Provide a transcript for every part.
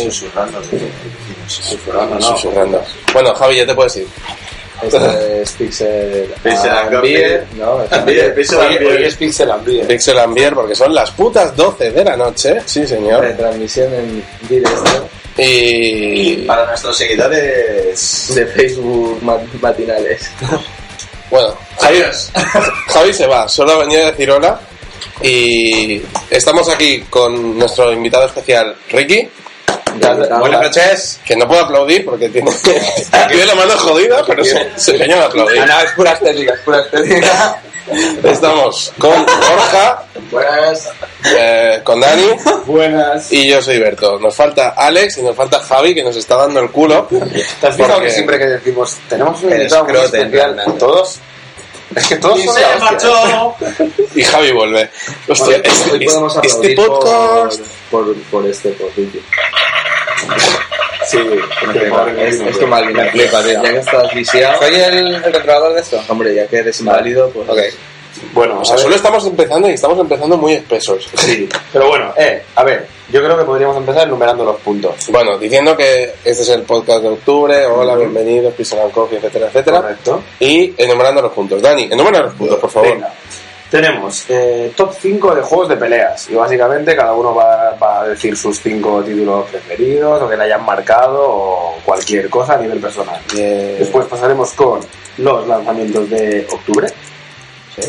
Susurrando. Bueno, Javi, ya te puedes ir. Este es Pixel and Beer, ¿no? Hoy es Pixel and Beer. Pixel and Beer, porque son las putas 12 de la noche, sí señor. Retransmisión en directo. Y para nuestros seguidores de Facebook matinales. Bueno, Javi se va, solo venía a decir hola. Y estamos aquí con nuestro invitado especial, Ricky. Buenas noches. Que no puedo aplaudir porque tiene la mano jodida, pero se empeña a aplaudir. No, es pura estética. Estamos con Borja. Buenas. Con Dani. Buenas. Y yo soy Berto. Nos falta Alex y nos falta Javi, que nos está dando el culo. ¿Te has fijado que siempre que decimos tenemos un invitado muy especial, todos? Es que todos son se marchó. Y Javi vuelve. Hostia, este podcast por Ricky. Sí, es que mal me flipa, tío. Ya que estás viciado. ¿Soy el controlador de esto? Hombre, ya que eres inválido, pues. Ok. Bueno, o sea, solo estamos empezando y estamos empezando muy espesos. Sí, pero bueno, a ver, yo creo que podríamos empezar enumerando los puntos. Bueno, diciendo que este es el podcast de octubre, hola, bienvenidos, Pixel and Coffee, etcétera, etcétera. Correcto. Y enumerando los puntos. Dani, enumera los puntos, por favor. Venga. Tenemos top 5 de juegos de peleas y básicamente cada uno va a decir sus 5 títulos preferidos o que le hayan marcado o cualquier cosa a nivel personal. Después pasaremos con los lanzamientos de octubre. Sí.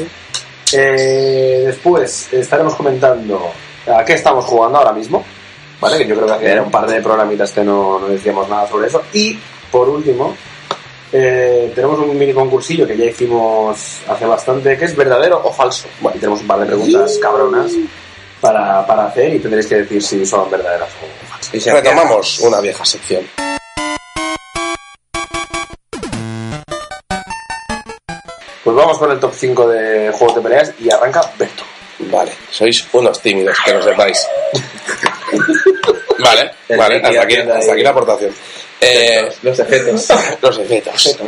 Después estaremos comentando a qué estamos jugando ahora mismo, ¿vale? Que yo creo que era un par de programitas que no decíamos nada sobre eso. Y por último tenemos un mini concursillo que ya hicimos hace bastante, que es verdadero o falso. Bueno, y tenemos un par de preguntas cabronas para hacer y tendréis que decir si son verdaderas o falsas. Y retomamos una vieja sección. Pues vamos con el top 5 de juegos de peleas y arranca Berto. Vale, sois unos tímidos, que lo sepáis. Vale, hasta aquí la aportación. Los efectos. Los efectos.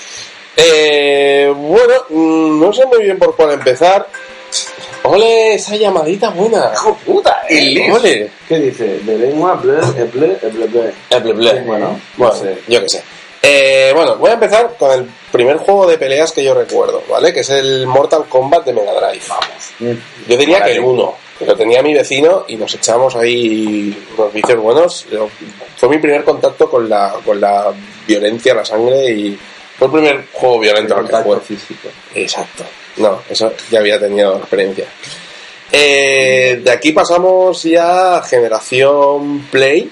Bueno, no sé muy bien por cuál empezar. ¡Ole, esa llamadita buena! ¡Hijo puta! ¡Ole! ¿Qué dice? De lengua, ble. Bueno, no sé. Yo qué sé. Bueno, voy a empezar con el primer juego de peleas que yo recuerdo, ¿vale? Que es el Mortal Kombat de Mega Drive. Vamos. Yo diría que el 1, que lo tenía mi vecino y nos echamos ahí unos vicios buenos. Fue mi primer contacto con la violencia, la sangre y fue el primer juego violento al que jugué. Físico. Exacto. No, eso ya había tenido experiencia. De aquí pasamos ya a generación Play.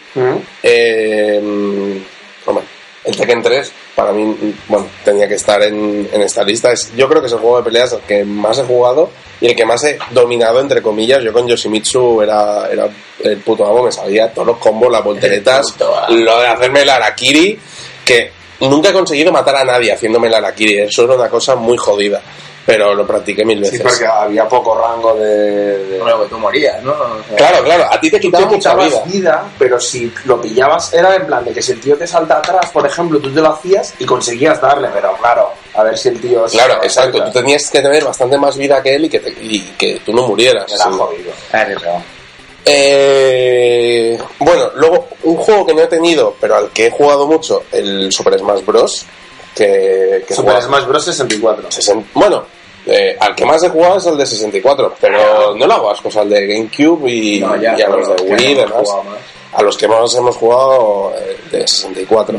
Hombre, el Tekken 3 para mí, bueno, tenía que estar en esta lista. Yo creo que es el juego de peleas el que más he jugado y el que más he dominado, entre comillas. Yo con Yoshimitsu era el puto amo, me sabía todos los combos, las volteretas, lo de hacerme el harakiri, que nunca he conseguido matar a nadie haciéndome el harakiri. Eso era una cosa muy jodida, pero lo practiqué 1000 veces. Sí, porque había poco rango de... Bueno, tú morías, ¿no? O sea, claro, a ti te quitaba mucha vida, pero si lo pillabas era en plan de que si el tío te salta atrás, por ejemplo, tú te lo hacías y conseguías darle, pero claro, a ver si el tío... Claro, exacto, tú tenías que tener bastante más vida que él y que tú no murieras. Era jodido. Bueno, luego un juego que no he tenido, pero al que he jugado mucho, el Super Smash Bros. Que Super Smash Bros. 64. Bueno, al que más he jugado es el de 64, pero no le hago ascos al de GameCube y a los de Wii y demás. A los que más hemos jugado de 64.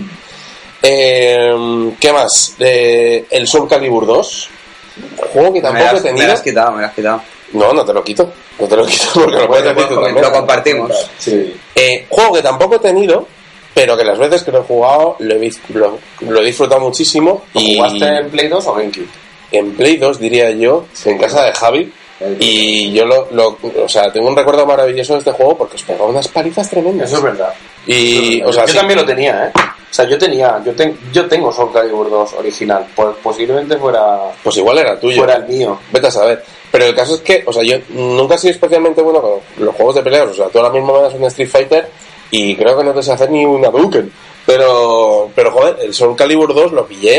¿Qué más? El Soul Calibur 2, juego que tampoco he tenido. Me lo has quitado. No te lo quito porque lo puedes decir tú también. Lo compartimos. Sí. Juego que tampoco he tenido, pero que las veces que lo he jugado lo he disfrutado muchísimo. ¿Jugaste en Play 2 o GameCube? En Play 2 diría yo, en casa de Javi. Y yo o sea, tengo un recuerdo maravilloso de este juego porque os pegaba unas palizas tremendas. Eso es verdad. Y, o sea, yo también lo tenía, O sea, yo tengo Soul Calibur 2 original. Posiblemente fuera... Pues igual era tuyo. Fuera el mío. Vete a saber. Pero el caso es que, o sea, yo nunca he sido especialmente bueno con los juegos de peleas. O sea, tú ahora mismo me das un Street Fighter y creo que no te sé hacer ni una Hadouken. Pero joder, el Soul Calibur 2 lo pillé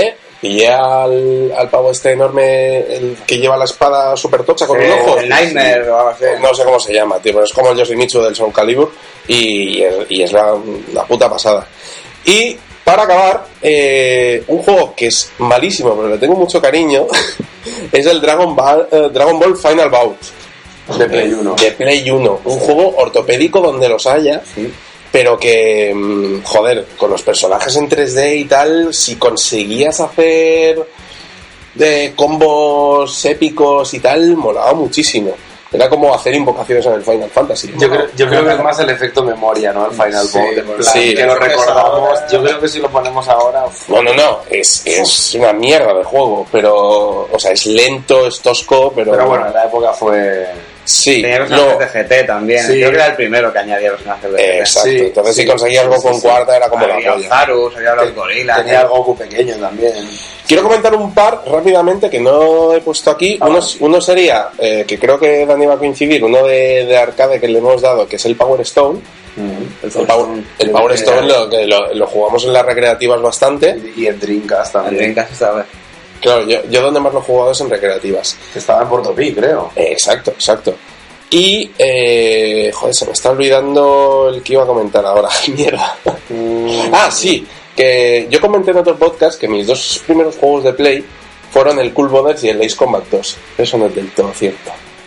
pillé al pavo este enorme, el que lleva la espada super tocha con un ojo. El Nightmare o algo así. No sé cómo se llama, tío, pero es como el Yoshimitsu del Soul Calibur y es la puta pasada. Y para acabar, un juego que es malísimo, pero le tengo mucho cariño, es el Dragon Ball Final Bout. De Play 1. De Play 1. Un juego ortopédico donde los haya, Sí. pero que, joder, con los personajes en 3D y tal, si conseguías hacer de combos épicos y tal, molaba muchísimo. Era como hacer invocaciones en el Final Fantasy. Yo creo que es más el efecto memoria, ¿no? El Final Sí, Bout, en plan, sí. que lo recordamos. Yo creo que si lo ponemos ahora... No, es una mierda de juego, pero, o sea, es lento, es tosco, pero bueno, en la época fue... sí, Tenía personajes de GT también. Sí. Creo que era el primero que añadía personajes de GT. exacto. Sí, Entonces, sí, si conseguías algo con sí. cuarta, era como la Había polla. Zarus, había los gorilas. Tenía el Goku pequeño también. Quiero comentar un par rápidamente que no he puesto aquí. Uno sería, que creo que Dani va a coincidir, uno de arcade que le hemos dado, que es el Power Stone. El Power Stone lo jugamos en las recreativas bastante. Y en Dreamcast En también. Dreamcast estaba. Claro, yo donde más lo he jugado es en recreativas. Que estaba en Portopí, creo. Exacto. Y, joder, se me está olvidando el que iba a comentar ahora. Mierda. Sí, que yo comenté en otro podcast que mis dos primeros juegos de Play fueron el Cool Bothers y el Ace Combat 2. Eso no es del todo cierto.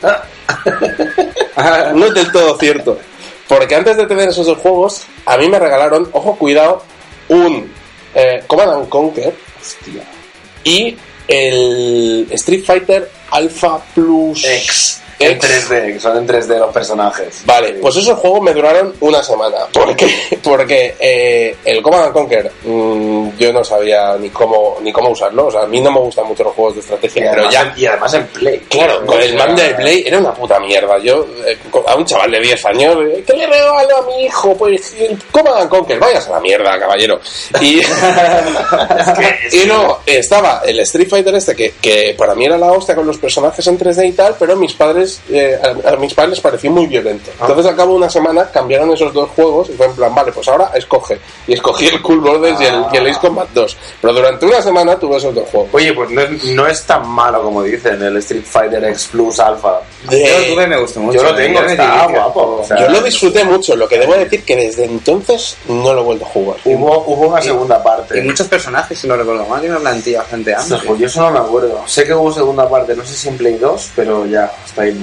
No es del todo cierto. Porque antes de tener esos dos juegos, a mí me regalaron, ojo, cuidado, un Command & Conquer. Hostia. Y el Street Fighter Alpha Plus X. En 3D, que son en 3D los personajes. Vale, Sí. pues esos juegos me duraron una semana. ¿Por qué? Porque el Command & Conquer yo no sabía ni cómo usarlo. O sea, a mí no me gustan mucho los juegos de estrategia, pero ya... Y además en Play. Claro, con el mando de Play era una puta mierda. Yo, a un chaval de 10 años, ¿qué le regalo a mi hijo? Pues el Command & Conquer, vayas a la mierda, caballero. Y, y luego estaba el Street Fighter este, que para mí era la hostia con los personajes en 3D y tal, pero mis padres, a mis padres les pareció muy violento. Entonces, al cabo de una semana, cambiaron esos dos juegos y fue en plan, vale, pues ahora escoge. Y escogí el Cool Bothers y el Ace Combat 2. Pero durante una semana tuve esos dos juegos. Oye, pues no es tan malo como dicen el Street Fighter X Plus Alpha. Yo lo tuve y me gustó mucho. Yo lo tengo, está guapo. O sea, Yo lo disfruté mucho, lo que debo decir que desde entonces no lo he vuelto a jugar. Hubo una segunda parte. Y muchos personajes, si no recuerdo mal, tiene una plantilla bastante No, amplia. pues yo eso no me acuerdo. Sé que hubo segunda parte, no sé si en Play 2, pero ya, hasta ahí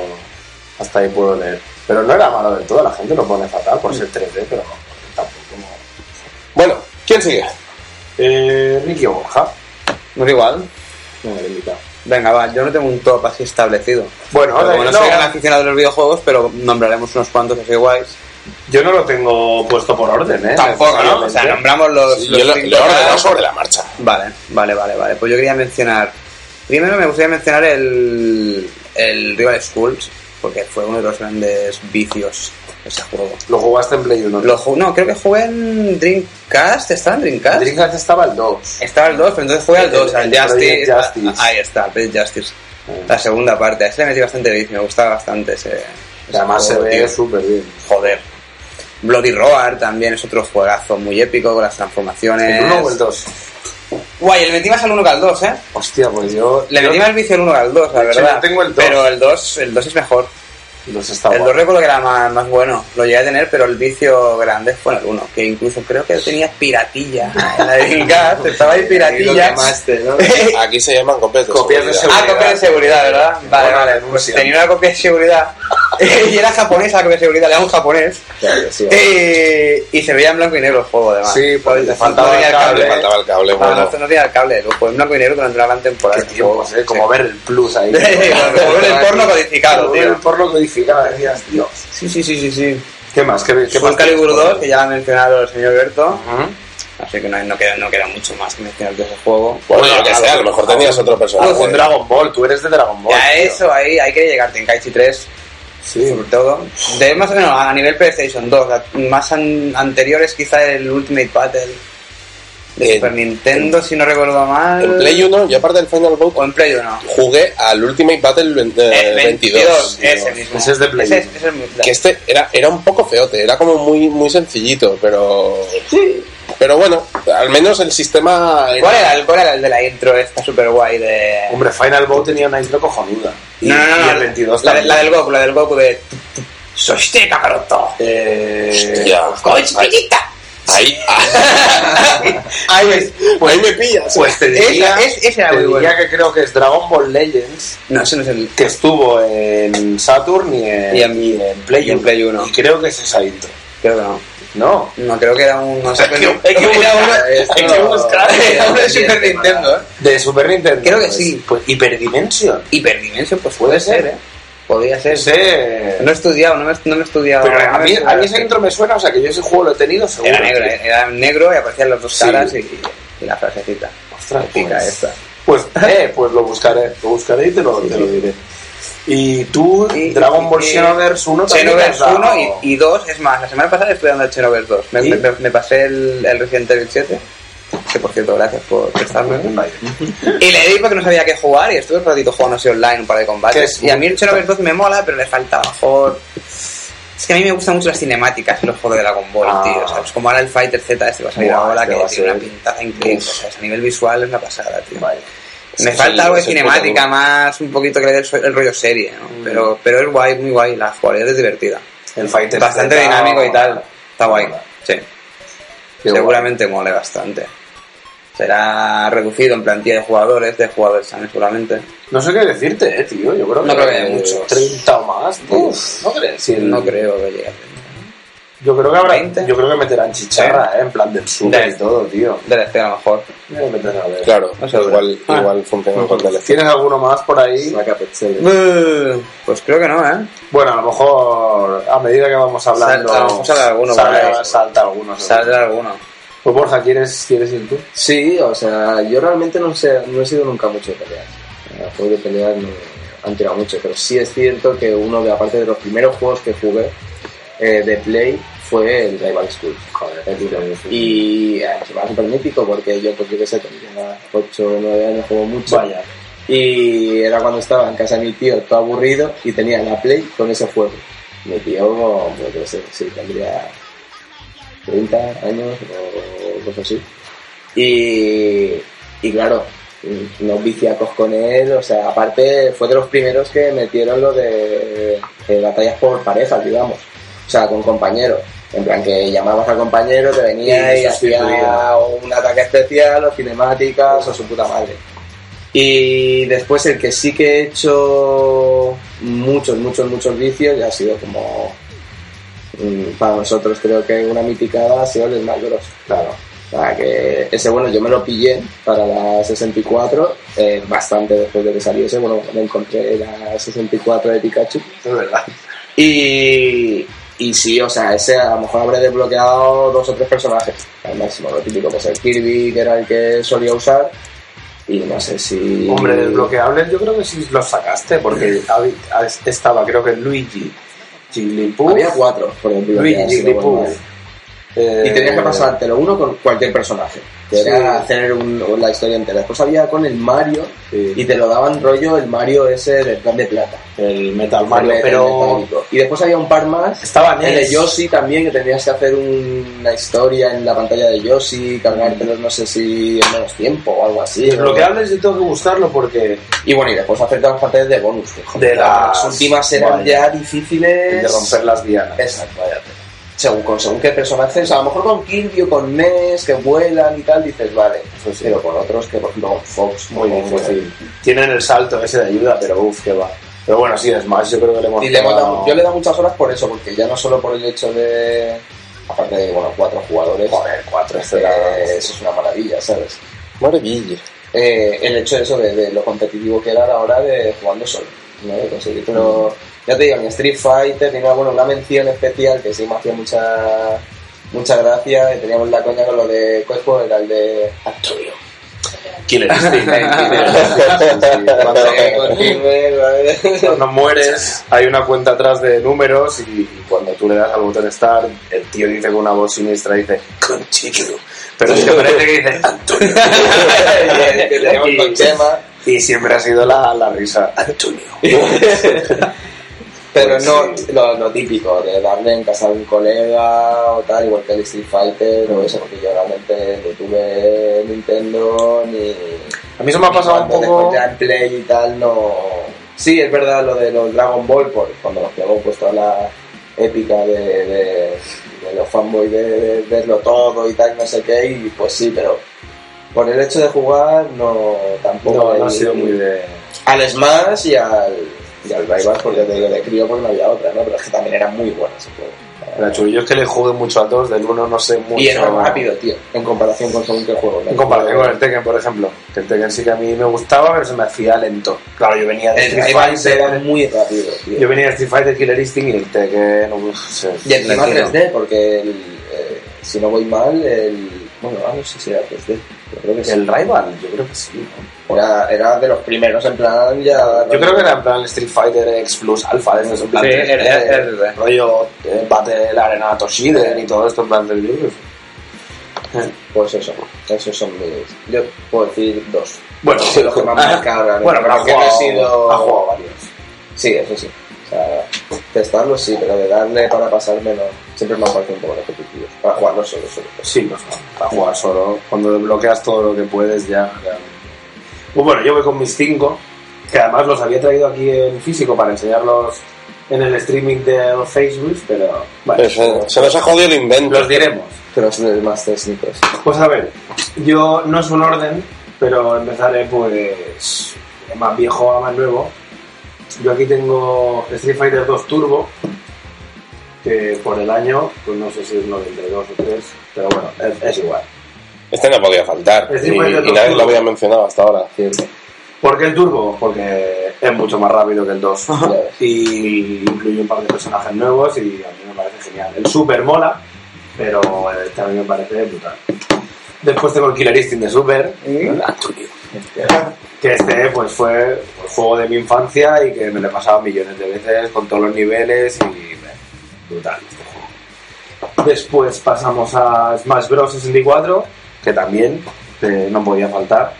puedo leer. Pero no era malo del todo, la gente lo pone fatal por ser 3D, pero tampoco. Bueno, ¿quién sigue? Ricky o Borja. No es igual. No me lo he invitado. Venga, va, yo no tengo un top así establecido. Bueno, Porque como no no, soy gran aficionado de los videojuegos, pero nombraremos unos cuantos así guays. yo no lo tengo puesto por orden, ¿eh? Tampoco, ¿no? O sea, nombramos los Yo lo he cinco ordenado más. sobre la marcha. Vale. Pues yo quería mencionar... Primero me gustaría mencionar el Rival Schools, porque fue uno de los grandes vicios de ese juego. Lo jugaste en Play 1. No, creo que jugué en Dreamcast. ¿Estaba en Dreamcast? Dreamcast estaba el 2. Estaba el 2, pero entonces jugué al 2, al el Justice. Project Justice. Ahí está, Project Justice. La segunda parte. A ese le metí bastante vicio, me gustaba bastante ese Además se juego, ve tío. súper bien. Joder. Bloody Roar también es otro juegazo muy épico con las transformaciones. ¿El 1 o el 2? Guay, le metí más al 1 que al 2, ¿eh? Hostia, pues yo... Le metí más vicio al 1 que al 2, la De hecho, verdad. yo tengo el 2. Pero el 2 es mejor. Los está El 2 guapo. recuerdo que era más bueno. Lo llegué a tener, pero el vicio grande fue en el 1. Que incluso creo que tenía piratilla. En la de Dreamcast estaba ahí piratilla. Aquí se llaman copias de Copias de seguridad. Ah, copia de seguridad, ¿verdad? Vale, Buena vale. Pues denuncia. tenía una copia de seguridad. Y era japonesa la copia de seguridad, le era un japonés. Y se veía en blanco y negro el juego, además. Sí, pues le No faltaba tenía el cable. Le faltaba el cable, No, bueno. no tenía el cable de lujo. En blanco y negro durante una gran temporada. Qué tiempos, ¿eh? Como ver el Plus ahí. Como ver el porno codificado, Como ver tío. el porno codificado, decías, Dios. Sí. ¿Qué más? ¿Qué Soul más Calibur tienes por 2, ahí? que ya ha mencionado el señor Berto. Ujú. Así que no queda mucho más que mencionar de ese juego. Bueno, yo que sé, a lo mejor tenías otro personaje. Con Dragon Ball, tú eres de Dragon Ball. Ya tío. eso, ahí hay que llegar. Tenkaichi 3, Sí. sobre todo. De más o menos a nivel PlayStation 2, más anteriores quizá el Ultimate Battle de Super Nintendo, si no recuerdo mal. En Play 1, yo aparte del Final Bout, O en Play 1. jugué al Ultimate Battle 22. ese mismo. Ese es de Play Ese 1. es muy Que este era un poco feote, era como muy sencillito, pero... Pero bueno, al menos el sistema... ¿Cuál era el de la intro esta super guay de...? Hombre, Final Bout tenía una intro cojonuda. No, Y el 22 la también. del Goku de... ¡Soiste, Kakaroto! Hostia. ¡Cochpillita! Ahí, Pues, ahí me pillas. pues te diría, ese era te muy diría bueno. que creo que es Dragon Ball Legends, No, ese no es el... que estuvo en Saturn y en Play y en Play 1. Y creo que es esa intro. Creo que no. No. No, creo que era un... No sé, Hay que era buscar. Era uno de Super Nintendo, ¿eh? De Super Nintendo. Creo que pues. sí. Pues Hyperdimension. Hyperdimension, pues Puede puede ser, ser. ¿eh? Podría ser. Ese... No he estudiado, no me he estudiado. Pero no a me mí he estudiado ese intro me suena, o sea que yo ese juego lo he tenido seguro. era negro y aparecían las dos Sí. caras y la frasecita. Ostras, Pica pues, esta. pues lo buscaré y te lo diré. Y tú, Y- Dragon Ball y- Xenoverse 1 también Xenoverse has 1 dado. y 2, es más, la semana pasada estuve dando el Xenoverse 2. ¿Y? Me pasé el Resident Evil 7, que por cierto, gracias por prestarme. Vaya. Y le di porque no sabía qué jugar y estuve un ratito jugando así online, un par de ¿Qué combates. es? Y a mí el Xenoverse 2 me mola, pero le falta a lo mejor... Es que a mí me gustan mucho las cinemáticas y los juegos de Dragon Ball, Ah. tío. ¿Sabes? Como ahora el Fighter Z este va a salir Buah, ahora, este que va a tiene ser- una pintaza increíble. O sea, a nivel visual es una pasada, tío. Vaya. Me Sí, falta algo de ese cinemática, puto- más un poquito que le dé el rollo serie, ¿no? Pero es guay, muy guay, la jugabilidad es divertida. El Fighter Bastante Z, dinámico y tal. Está guay, Mola. sí. Qué Seguramente mole bastante. Será reducido en plantilla de jugadores también seguramente. No sé qué decirte, tío. Yo creo No creo que haya muchos. 30 o más. Tío. Uf. ¿No crees? Sí, No creo que llegue a 30. Yo creo que habrá. 20. Yo creo que meterán chicharra, en plan del Super y todo, tío. DLC a lo mejor. Debe meter a ver. Claro, No sé, igual funciona con DLC. ¿Tienes alguno más por ahí? Pues creo que no, ¿eh? Bueno, a lo mejor a medida que vamos hablando. A lo mejor sale alguno por ahí. salta alguno. seguro. Saldrá alguno. Pues Borja, ¿quieres ir tú? Sí, o sea, yo realmente no he sido nunca mucho de peleas. Los juegos de peleas no han tirado mucho, pero sí es cierto que uno de, aparte de los primeros juegos que jugué de Play, fue el Rival Schools. Y se me va súper mítico porque yo, pues yo que sé, tenía 8 o 9 años como mucho. Vaya. Y era cuando estaba en casa de mi tío, todo aburrido, y tenía la Play con ese juego. Mi tío, pues yo qué sé, sí, tendría 30 años o cosas así. Y claro, unos viciacos con él, o sea, aparte fue de los primeros que metieron lo de batallas por parejas, digamos. O sea, con compañeros. En plan que llamabas al compañero, te venía y hacía un ataque especial o cinemáticas o su puta madre. Y después el que sí que he hecho muchos vicios ya ha sido como... para nosotros creo que una miticada ha sido el Smash Bros. Claro. O sea, que ese, bueno, yo me lo pillé para la 64, bastante después de que saliese. Bueno, me encontré la 64 de Pikachu. Es verdad. Y sí, o sea, ese a lo mejor habré desbloqueado 2 o 3 personajes. Al máximo, lo típico, pues el Kirby, que era el que solía usar. Y no sé si... Hombre, desbloqueables yo creo que sí los sacaste, porque estaba, creo que Luigi, Jigglypuff. Había 4, por ejemplo. Luigi, Jigglypuff. Y tenías que pasártelo uno con cualquier personaje. Que era Sí. hacer la historia entera. Después había con el Mario Sí. y te lo daban rollo el Mario ese del plan de plata. El Metal Mario, El pero metálico. Y después había un par más. estaba El de NES. Yoshi también, que tenías que hacer una historia en la pantalla de Yoshi, cargártelos no sé si en menos tiempo o algo así. Desbloqueables yo tengo que buscarlo porque Y bueno, y después hacer todas las partes de bonus. Que, joder, De las- últimas eran vaya. ya difíciles. de romper las dianas. Exacto, según qué personajes, a lo mejor con Kirby o con Ness que vuelan y tal, dices, vale, Eso sí. pero con otros que, por ejemplo, con Fox, Muy como difícil. Tienen el salto ese de ayuda, pero uff, que va. Pero bueno, sí, Smash yo creo que le hemos Y le hemos pegado- dado- yo le he dado muchas horas por eso, porque ya no solo por el hecho de, aparte de, bueno, 4 jugadores, Joder, 4 eso es una maravilla, ¿sabes? Maravilla. El hecho de eso, de lo competitivo que era a la hora de jugando solo, ¿no? De conseguir, pero ya te digo, en Street Fighter tenía, bueno, una mención especial que sí me hacía mucha gracia, y teníamos la coña con lo de ¿cuál juego era? El de Antonio. Killer Instinct. Cuando mueres hay una cuenta atrás de números y cuando tú le das al botón Start, el tío dice con una voz siniestra, dice continue, pero es que parece que dice Antonio. Que teníamos con Chema. Y siempre ha sido la risa Antonio. Pero Pues no sí. lo típico, de darle en casa a un colega o tal, igual que el Street Fighter o eso, porque yo realmente ni tuve Nintendo ni... A mí eso me ha pasado un cuando poco... después ya en Play y tal, no... Sí, es verdad lo de los Dragon Ball, cuando nos pegó pues toda la épica de los fanboys de verlo todo y tal, no sé qué, y pues sí, pero por el hecho de jugar no tampoco... No ha sido muy de... Al Smash y al Rivals, porque te digo de crío porque no había otra, ¿no? Pero es que también era muy bueno ese juego. Era chulo. Yo es que le jugué mucho al 2, del 1 no sé mucho. Y era rápido, tío, en comparación con según qué juego. En comparación con el Tekken, por ejemplo. Que el Tekken sí que a mí me gustaba, pero se me hacía lento. Claro, yo venía de El Street Rivals era Fighter. muy rápido, tío. Yo venía de Street Fighter, Killer Instinct y el Tekken. Y encima Latino. 3D, porque si no voy mal, bueno, no sé si era 3D, pero creo que sí. El Rival, yo creo que sí, ¿no? Era de los primeros, en plan, ya... Yo creo que era en plan Street Fighter X Plus Alpha, de esos en plan Sí, 3D, era rollo Battle Arena Toshiden y todo esto en plan del libro. Pues eso, esos son mis... Yo puedo decir 2. Bueno, sí, los que me han marcado realmente. bueno, pero porque ha sido... jugado varios. Sí, eso sí. O sea, testarlo sí, pero de darle para pasarme no. Siempre me han parecido un poco repetitivos. Para jugarlo solo. Sí, pues no, para jugar solo. Cuando desbloqueas todo lo que puedes ya. Pues bueno, yo voy con mis 5, que además los había traído aquí en físico para enseñarlos en el streaming de Facebook, pero bueno, Se nos ha jodido el invento. los diremos. Pero son más técnicos. Pues a ver, yo no es un orden, pero empezaré pues de más viejo a más nuevo. Yo aquí tengo Street Fighter 2 Turbo, que por el año, pues no sé si es 92 o 3, pero bueno, es igual. Este no podía faltar. Es Y, igual de y dos nadie turbo. lo había mencionado hasta ahora. Cierto. ¿Por qué el Turbo? Porque es mucho más rápido que el 2 Ya ves. y incluye un par de personajes nuevos y a mí me parece genial. El Super mola, pero este a mí me parece brutal. Después tengo el Killer Instinct de Super, Antonio, que este pues fue el juego de mi infancia y que me lo he pasado millones de veces con todos los niveles y brutal este juego. Después pasamos a Smash Bros. 64, que también no podía faltar.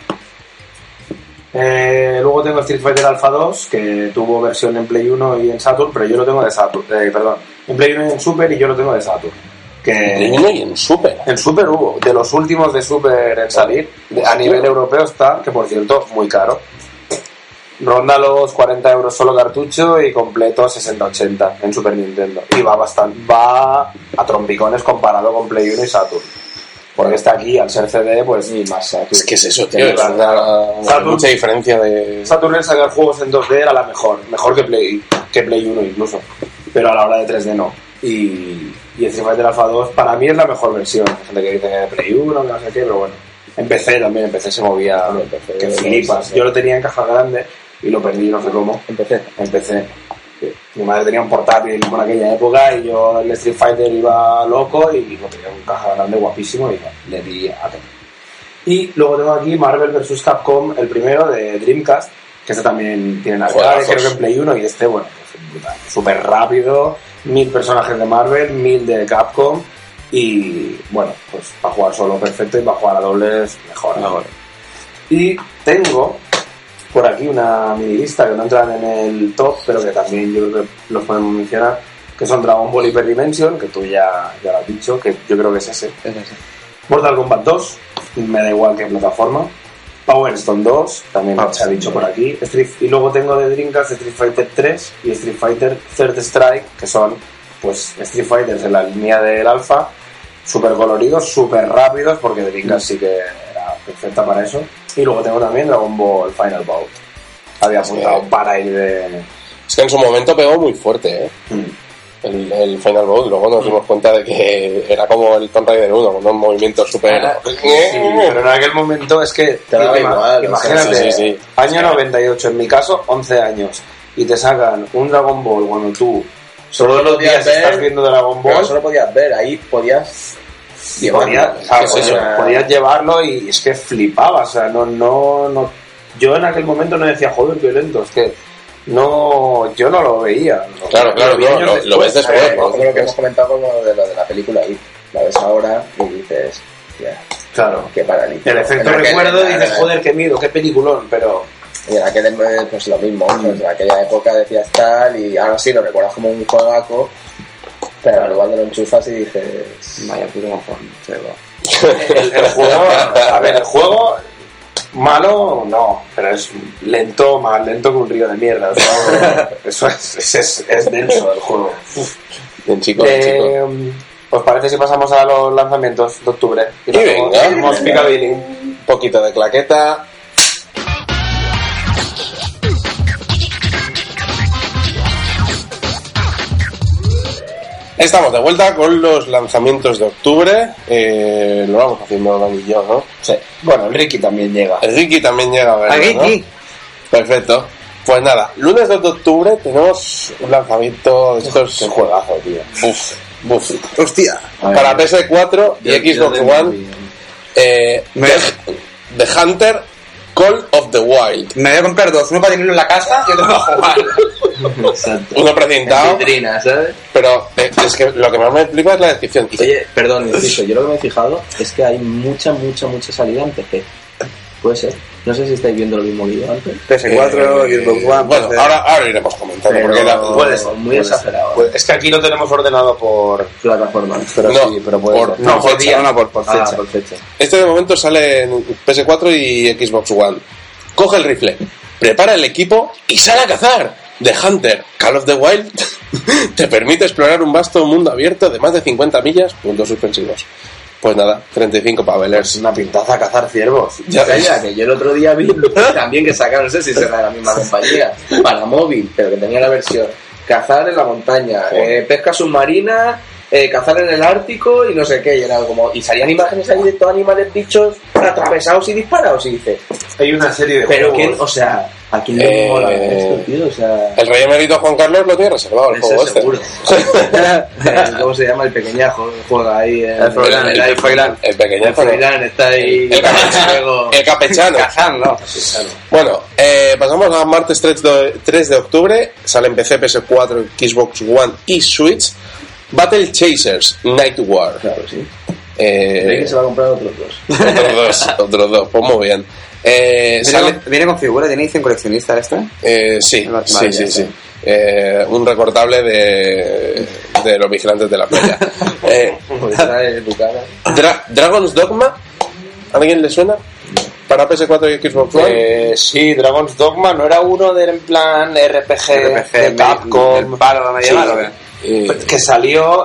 Luego tengo Street Fighter Alpha 2, que tuvo versión en Play 1 y en Saturn, pero yo lo tengo de Saturn, perdón, en Play 1 y en Super y yo lo tengo de Saturn. En Que uno y en Super. en Super hubo, de los últimos de Super en salir, a nivel europeo está, que por cierto, muy caro. Ronda los 40 euros solo cartucho y completo 60-80 en Super Nintendo. Y va a trompicones comparado con Play 1 y Saturn. Porque está aquí, al ser CD, pues... Y más Saturn. Es que es eso, tío. Es Saturn. mucha diferencia de... Saturn en sacar juegos en 2D era la mejor que Play 1 incluso, pero a la hora de 3D no. Y Street Fighter Alpha 2 para mí es la mejor versión. Hay gente que dice que Play 1, que no sé qué, pero bueno. En PC se movía, Bueno, en PC, que sí, flipas. sí. Yo lo tenía en caja grande y lo perdí no sé cómo. Empecé. En PC. Mi madre tenía un portátil por aquella época y yo el Street Fighter iba loco y lo tenía en caja grande guapísimo y le di a todo. Y luego tengo aquí Marvel vs. Capcom, el primero de Dreamcast, que este también tiene Juegazos. creo que en Play 1 y este, bueno, pues brutal. Súper rápido, 1000 personajes de Marvel, 1000 de Capcom y bueno, pues para jugar solo perfecto y para jugar a dobles mejor. Y tengo por aquí una mini lista que no entran en el top, pero que también yo creo que los podemos mencionar, que son Dragon Ball Hyper Dimension, que tú ya lo has dicho, que yo creo que es ese. Mortal Kombat 2, me da igual qué plataforma. Power Stone 2, también se ha dicho por aquí. Y luego tengo de Dreamcast Street Fighter 3 y Street Fighter Third Strike, que son pues Street Fighters en la línea del Alpha, súper coloridos, súper rápidos, porque Dreamcast sí que era perfecta para eso. Y luego tengo también Dragon Ball Final Bout. Había apuntado para ir de... Es que en su momento pegó muy fuerte, ¿eh? El Final Bout. Luego nos dimos cuenta de que era como el Tomb Raider 1, con unos movimientos súper... Sí, pero en aquel momento es que... Te daba igual, imagínate, o sea, sí. año 98, en mi caso, 11 años, y te sacan un Dragon Ball cuando tú todos los días estás viendo Dragon Pero Ball, solo podías ver, ahí podías llevarlo. podías llevarlo y es que flipabas, o sea, no, yo en aquel momento no decía, joder, qué lento, es que yo no lo veía. Claro, lo ves después. Como lo que hemos comentado con lo de la película ahí. La ves ahora y dices, ya, Claro. qué paralítico. El efecto En aquel- recuerdo en- dices, joder, qué miedo, qué peliculón, pero Y en aquel pues lo mismo, pues en aquella época decías tal y ahora sí lo recuerdas como un juegaco, pero al igual de lo enchufas y dices... Vaya puto mojón, El juego, a ver, el juego malo no, pero es lento, más lento que un río de mierda. Eso es denso el juego. Bien, chicos, chicos. Pues parece si pasamos a los lanzamientos de octubre. Y venga, hemos Picadilly. un poquito de claqueta. Estamos de vuelta con los lanzamientos de octubre. Lo vamos haciendo Dani y yo, ¿no? Sí. Bueno, el Ricky también llega. El Ricky también llega a verlo, ¿no? Ricky. Perfecto. Pues nada, lunes 2 de octubre tenemos un lanzamiento de estos... Qué juegazo, tío. Buf. Hostia. Para PS4 y Xbox One. The Hunter Call of the Wild. Me voy a comprar dos, uno para tenerlo en la casa y otro para jugar. Exacto. Uno precintado, En vitrina, ¿sabes? pero es que lo que más me flipa es la descripción. Oye, perdón, insisto, yo lo que me he fijado es que hay mucha salida en PC. Puede ser. No sé si estáis viendo lo mismo que yo antes. PS4 y Xbox One. Bueno, ahora iremos comentando. Pero Porque puede ser, muy exagerado. Pues es que aquí lo tenemos ordenado por... Plataforma. Pero No, sí, pero puede por- ser. no, por fecha, no, por fecha. Por fecha. este de momento sale en PS4 y Xbox One. Coge el rifle, prepara el equipo y sale a cazar. The Hunter Call of the Wild te permite explorar un vasto mundo abierto de más de 50 millas, puntos suspensivos. Pues nada, 35 Es pavelers. una pintaza cazar ciervos. Ya ves. Calla, que yo el otro día vi también que sacaron, no sé si será de la misma compañía, para móvil, pero que tenía la versión cazar en la montaña, pesca submarina, cazar en el Ártico y no sé qué, y era como, y salían imágenes ahí de todos animales bichos atravesados y disparados, y dices, Hay una serie de pero juegos. que, o sea, ¿a quién le mola esto, tío? O sea, El rey emérito Juan Carlos lo tiene reservado el juego eso seguro. ¿Cómo se llama? El pequeñajo que juega ahí. El Froilán. El pequeño. El Froilán está ahí. El capechano. Cazando. Bueno, pasamos a martes 3 de octubre. Sale en PC, PS4, Xbox One y Switch. Battle Chasers Night War. Claro, sí. Creí que se va a comprar otros dos. Otros dos, pues muy bien. ¿Viene con figura? ¿Tiene edición coleccionista esta? Sí. Vale, ya Sí. Un recortable de los vigilantes de la playa. Como que trae tu cara. Dragon's Dogma, ¿a alguien le suena? Para PS4 y Xbox One. Sí, Dragon's Dogma no era uno del en plan RPG de Capcom. ¿El palo medieval o qué? Que salió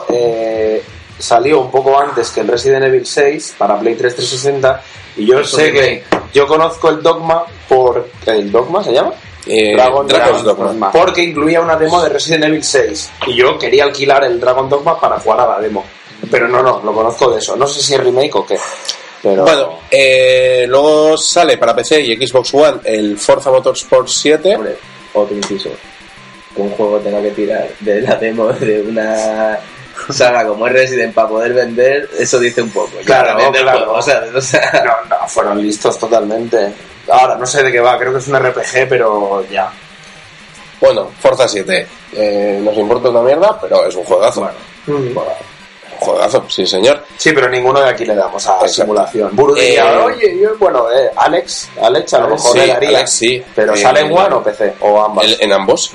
un poco antes que el Resident Evil 6 para Play 3 360 y yo sé que yo conozco el Dogma por... ¿El Dogma se llama? Dragon's Dogma. Porque incluía una demo de Resident Evil 6 y yo quería alquilar el Dragon Dogma para jugar a la demo, pero no lo conozco de eso, no sé si es remake o qué, pero... Bueno, luego sale para PC y Xbox One el Forza Motorsport 7. Hombre, otro inciso. Que un juego tenga que tirar de la demo de una saga como es Resident para poder vender, eso dice un poco. Claro, claro. O sea, No, fueron listos totalmente. Ahora, no sé de qué va, creo que es un RPG, pero ya. Bueno, Forza 7. Nos importa una mierda, pero es un juegazo. Un juegazo, sí señor. Sí, pero ninguno de aquí le damos a Exacto. simulación. Buru diría, oye, Alex a lo mejor sí, le daría. Alex sí. Pero ¿sale en One o PC? O ambas. En ambos.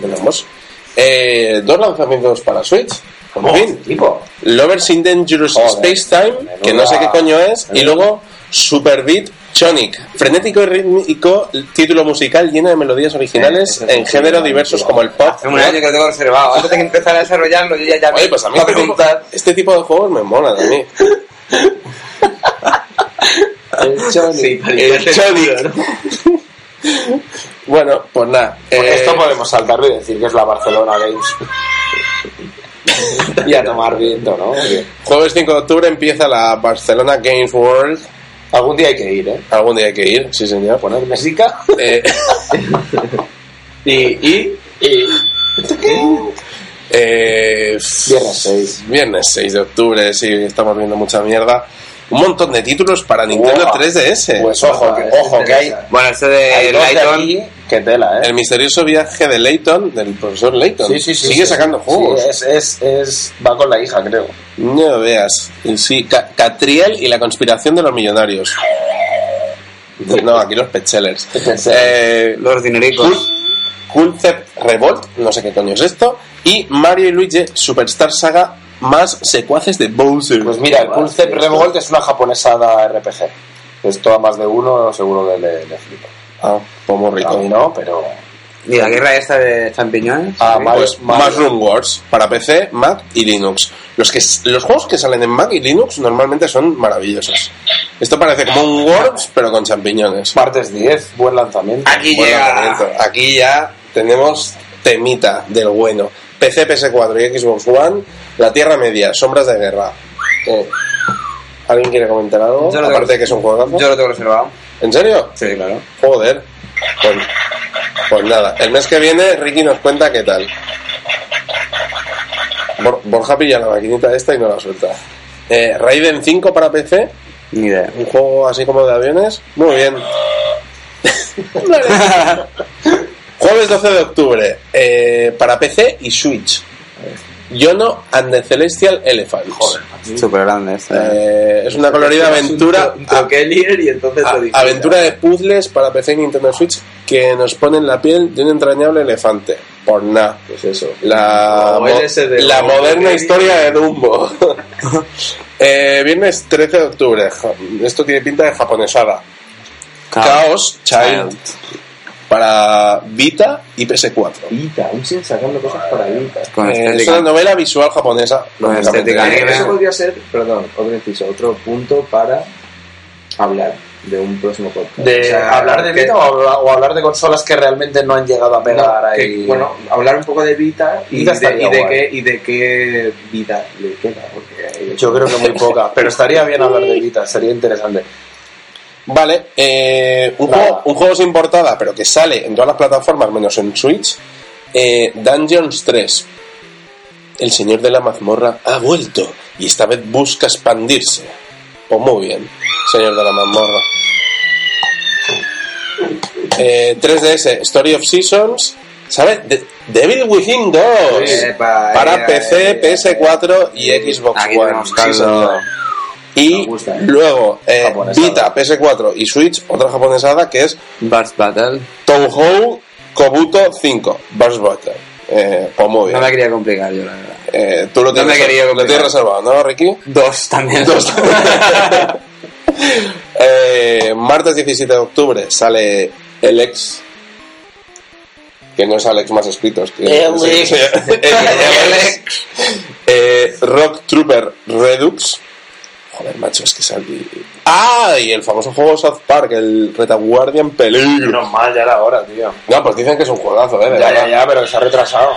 Dos lanzamientos para Switch. Por fin. Tipo. Lovers in Dangerous Joder, Space Time, que no sé qué coño es, y luego Super Beat Sonic, frenético y rítmico título musical lleno de melodías originales en géneros diversos como el pop. Hace un año que lo tengo reservado. Antes de que empezara a desarrollarlo, yo ya Oye, pues a mí este tipo de juegos me molan a mí. El Sonic. El Sonic. Bueno, pues nada. Esto podemos saltarlo y decir que es la Barcelona Games. Y a tomar viento, ¿no? Jueves 5 de octubre empieza la Barcelona Games World. Algún día hay que ir, ¿eh? Algún día hay que ir, sí señor. Poner mesica. Viernes 6 de octubre, sí, estamos viendo mucha mierda. Un montón de títulos para Nintendo 3DS. Pues ojo que hay. Bueno, este Hay de dos de Layton. aquí, qué tela, ¿eh? El misterioso viaje de Layton, del profesor Layton. Sí. Sigue sacando juegos. Sí, va con la hija, creo. No veas. Sí, Catriel y la conspiración de los millonarios. No, aquí los Petsellers. Los dinericos. Concept Revolt, no sé qué coño es esto, y Mario y Luigi Superstar Saga más secuaces de Bowser. Pues mira, el Concept Revolt es una japonesada RPG. Esto a más de uno seguro que le flipa. Ah, pues muy rico. A mí no, pero... ¿Y la guerra esta de champiñones? Pues Mushroom Wars para PC, Mac y Linux. Los juegos que salen en Mac y Linux normalmente son maravillosos. Esto parece como un Worms pero con champiñones. Martes 10, buen lanzamiento. Buen lanzamiento. Aquí ya tenemos temita del bueno. PC, PS4 y Xbox One, La Tierra Media, Sombras de Guerra. ¿Alguien quiere comentar algo? Aparte de que es un juegazo. Yo lo tengo reservado. ¿En serio? Sí, claro. Joder. Pues nada, el mes que viene Ricky nos cuenta qué tal. Borja pilla la maquinita esta y no la suelta. Raiden 5 para PC. Ni idea. Un juego así como de aviones. Muy bien. Jueves 12 de octubre para PC y Switch. Yono and the Celestial Elephants. Joder, súper grande esta. Es una colorida aventura. Y entonces Aventura de puzzles para PC y Nintendo Switch que nos pone en la piel de un entrañable elefante. Por nada. Pues eso. La moderna historia de Dumbo. Viernes 13 de octubre. Esto tiene pinta de japonesada. Chaos Child para Vita y PS4. Vita, aún siguen sacando cosas para Vita. Es una novela visual japonesa. Con estética anime. Eso podría ser, perdón, otro punto para hablar de un próximo podcast. ¿De hablar de Vita o hablar de consolas que realmente no han llegado a pegar ahí? Bueno, hablar un poco de Vita y Vita de qué vida le queda. Porque yo creo que muy poca, pero estaría bien hablar de Vita, sería interesante. Vale, un juego sin portada, pero que sale en todas las plataformas menos en Switch. Dungeons 3. El señor de la mazmorra ha vuelto y esta vez busca expandirse. Pues muy bien, señor de la mazmorra. 3DS, Story of Seasons. ¿Sabes? Devil Within 2 para PC, PS4 y Xbox One. Sí, señor. Y luego Vita, PS4 y Switch, otra japonesada que es Burst Battle. Touhou Kobuto 5 Burst Battle. Pues muy bien. No me quería complicar yo, la verdad. Tú lo tienes, lo tienes reservado, ¿no, Ricky? Dos también. Martes 17 de octubre sale Alex, que no es Alex más escritos. Rock Trooper Redux. Joder, macho, es que sale. Y el famoso juego South Park, el Retaguardia en peligro. Menos mal, ya era hora, tío. No, pues dicen que es un juegazo, Ya, pero se ha retrasado.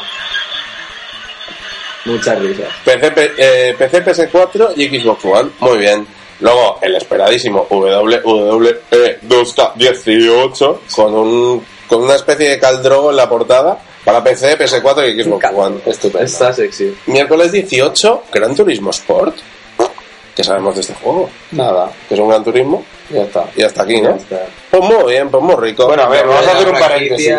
Muchas risas. PC, PS4 y Xbox One. Muy bien. Luego, el esperadísimo WWE 2K18 con una especie de caldrogo en la portada para PC, PS4 y Xbox One. Estupendo. Está sexy. Miércoles 18, Gran Turismo Sport. ¿Qué sabemos de este juego? Nada. Que es un Gran Turismo. Ya está. Y hasta aquí, ¿no? Está. Pues muy bien, pues muy rico. Bueno, a ver, vamos a hacer un paréntesis.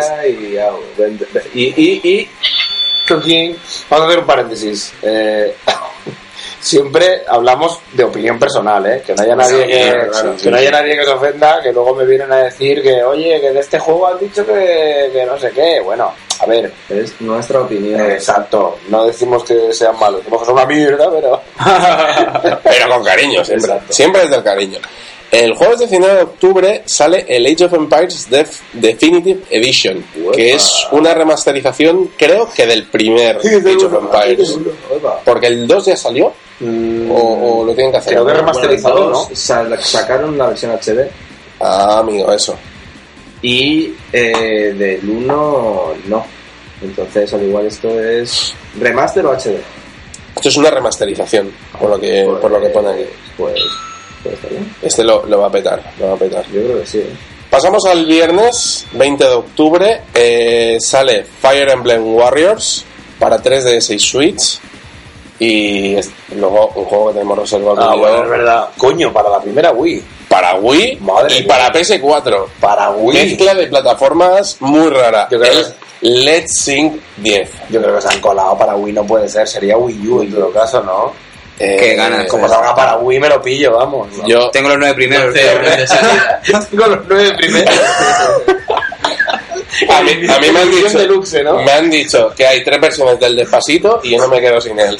Vamos a hacer un paréntesis. Siempre hablamos de opinión personal, que no haya nadie que no haya nadie que se ofenda, que luego me vienen a decir que, oye, que de este juego has dicho que no sé qué. Bueno, a ver, es nuestra opinión. Exacto, no decimos que sean malos, decimos que son una mierda, pero pero con cariño, siempre. Exacto. Siempre desde el cariño. El jueves 19 de octubre sale el Age of Empires Definitive Edition, que es una remasterización, creo que del primer Age of Empires. Porque el 2 ya salió, o lo tienen que hacer. Creo que remasterizado, ¿no? Sacaron la versión HD. Ah, amigo, eso. Y del 1 no. Entonces, al igual, esto es remaster o HD. Esto es una remasterización, por lo que pone aquí. Pues está bien. Este lo va a petar, Yo creo que sí. Pasamos al viernes 20 de octubre. Sale Fire Emblem Warriors para 3DS y Switch. Y luego un juego que tenemos reservado. Bueno, es verdad. Coño, para la primera Wii. Para Wii Madre y mía. para PS4. Para Wii. Mezcla de plataformas muy rara. Yo creo El Let's Sync 10. Yo creo que se han colado para Wii, no puede ser. Sería Wii U en todo caso, ¿no? Qué ganas. Como salga para Wii me lo pillo, vamos. ¿no? Yo Tengo los 9 primeros. Yo tengo los 9 primeros. a mí me han dicho deluxe, ¿no? me han dicho que hay 3 versiones del Despacito y yo no me quedo sin él.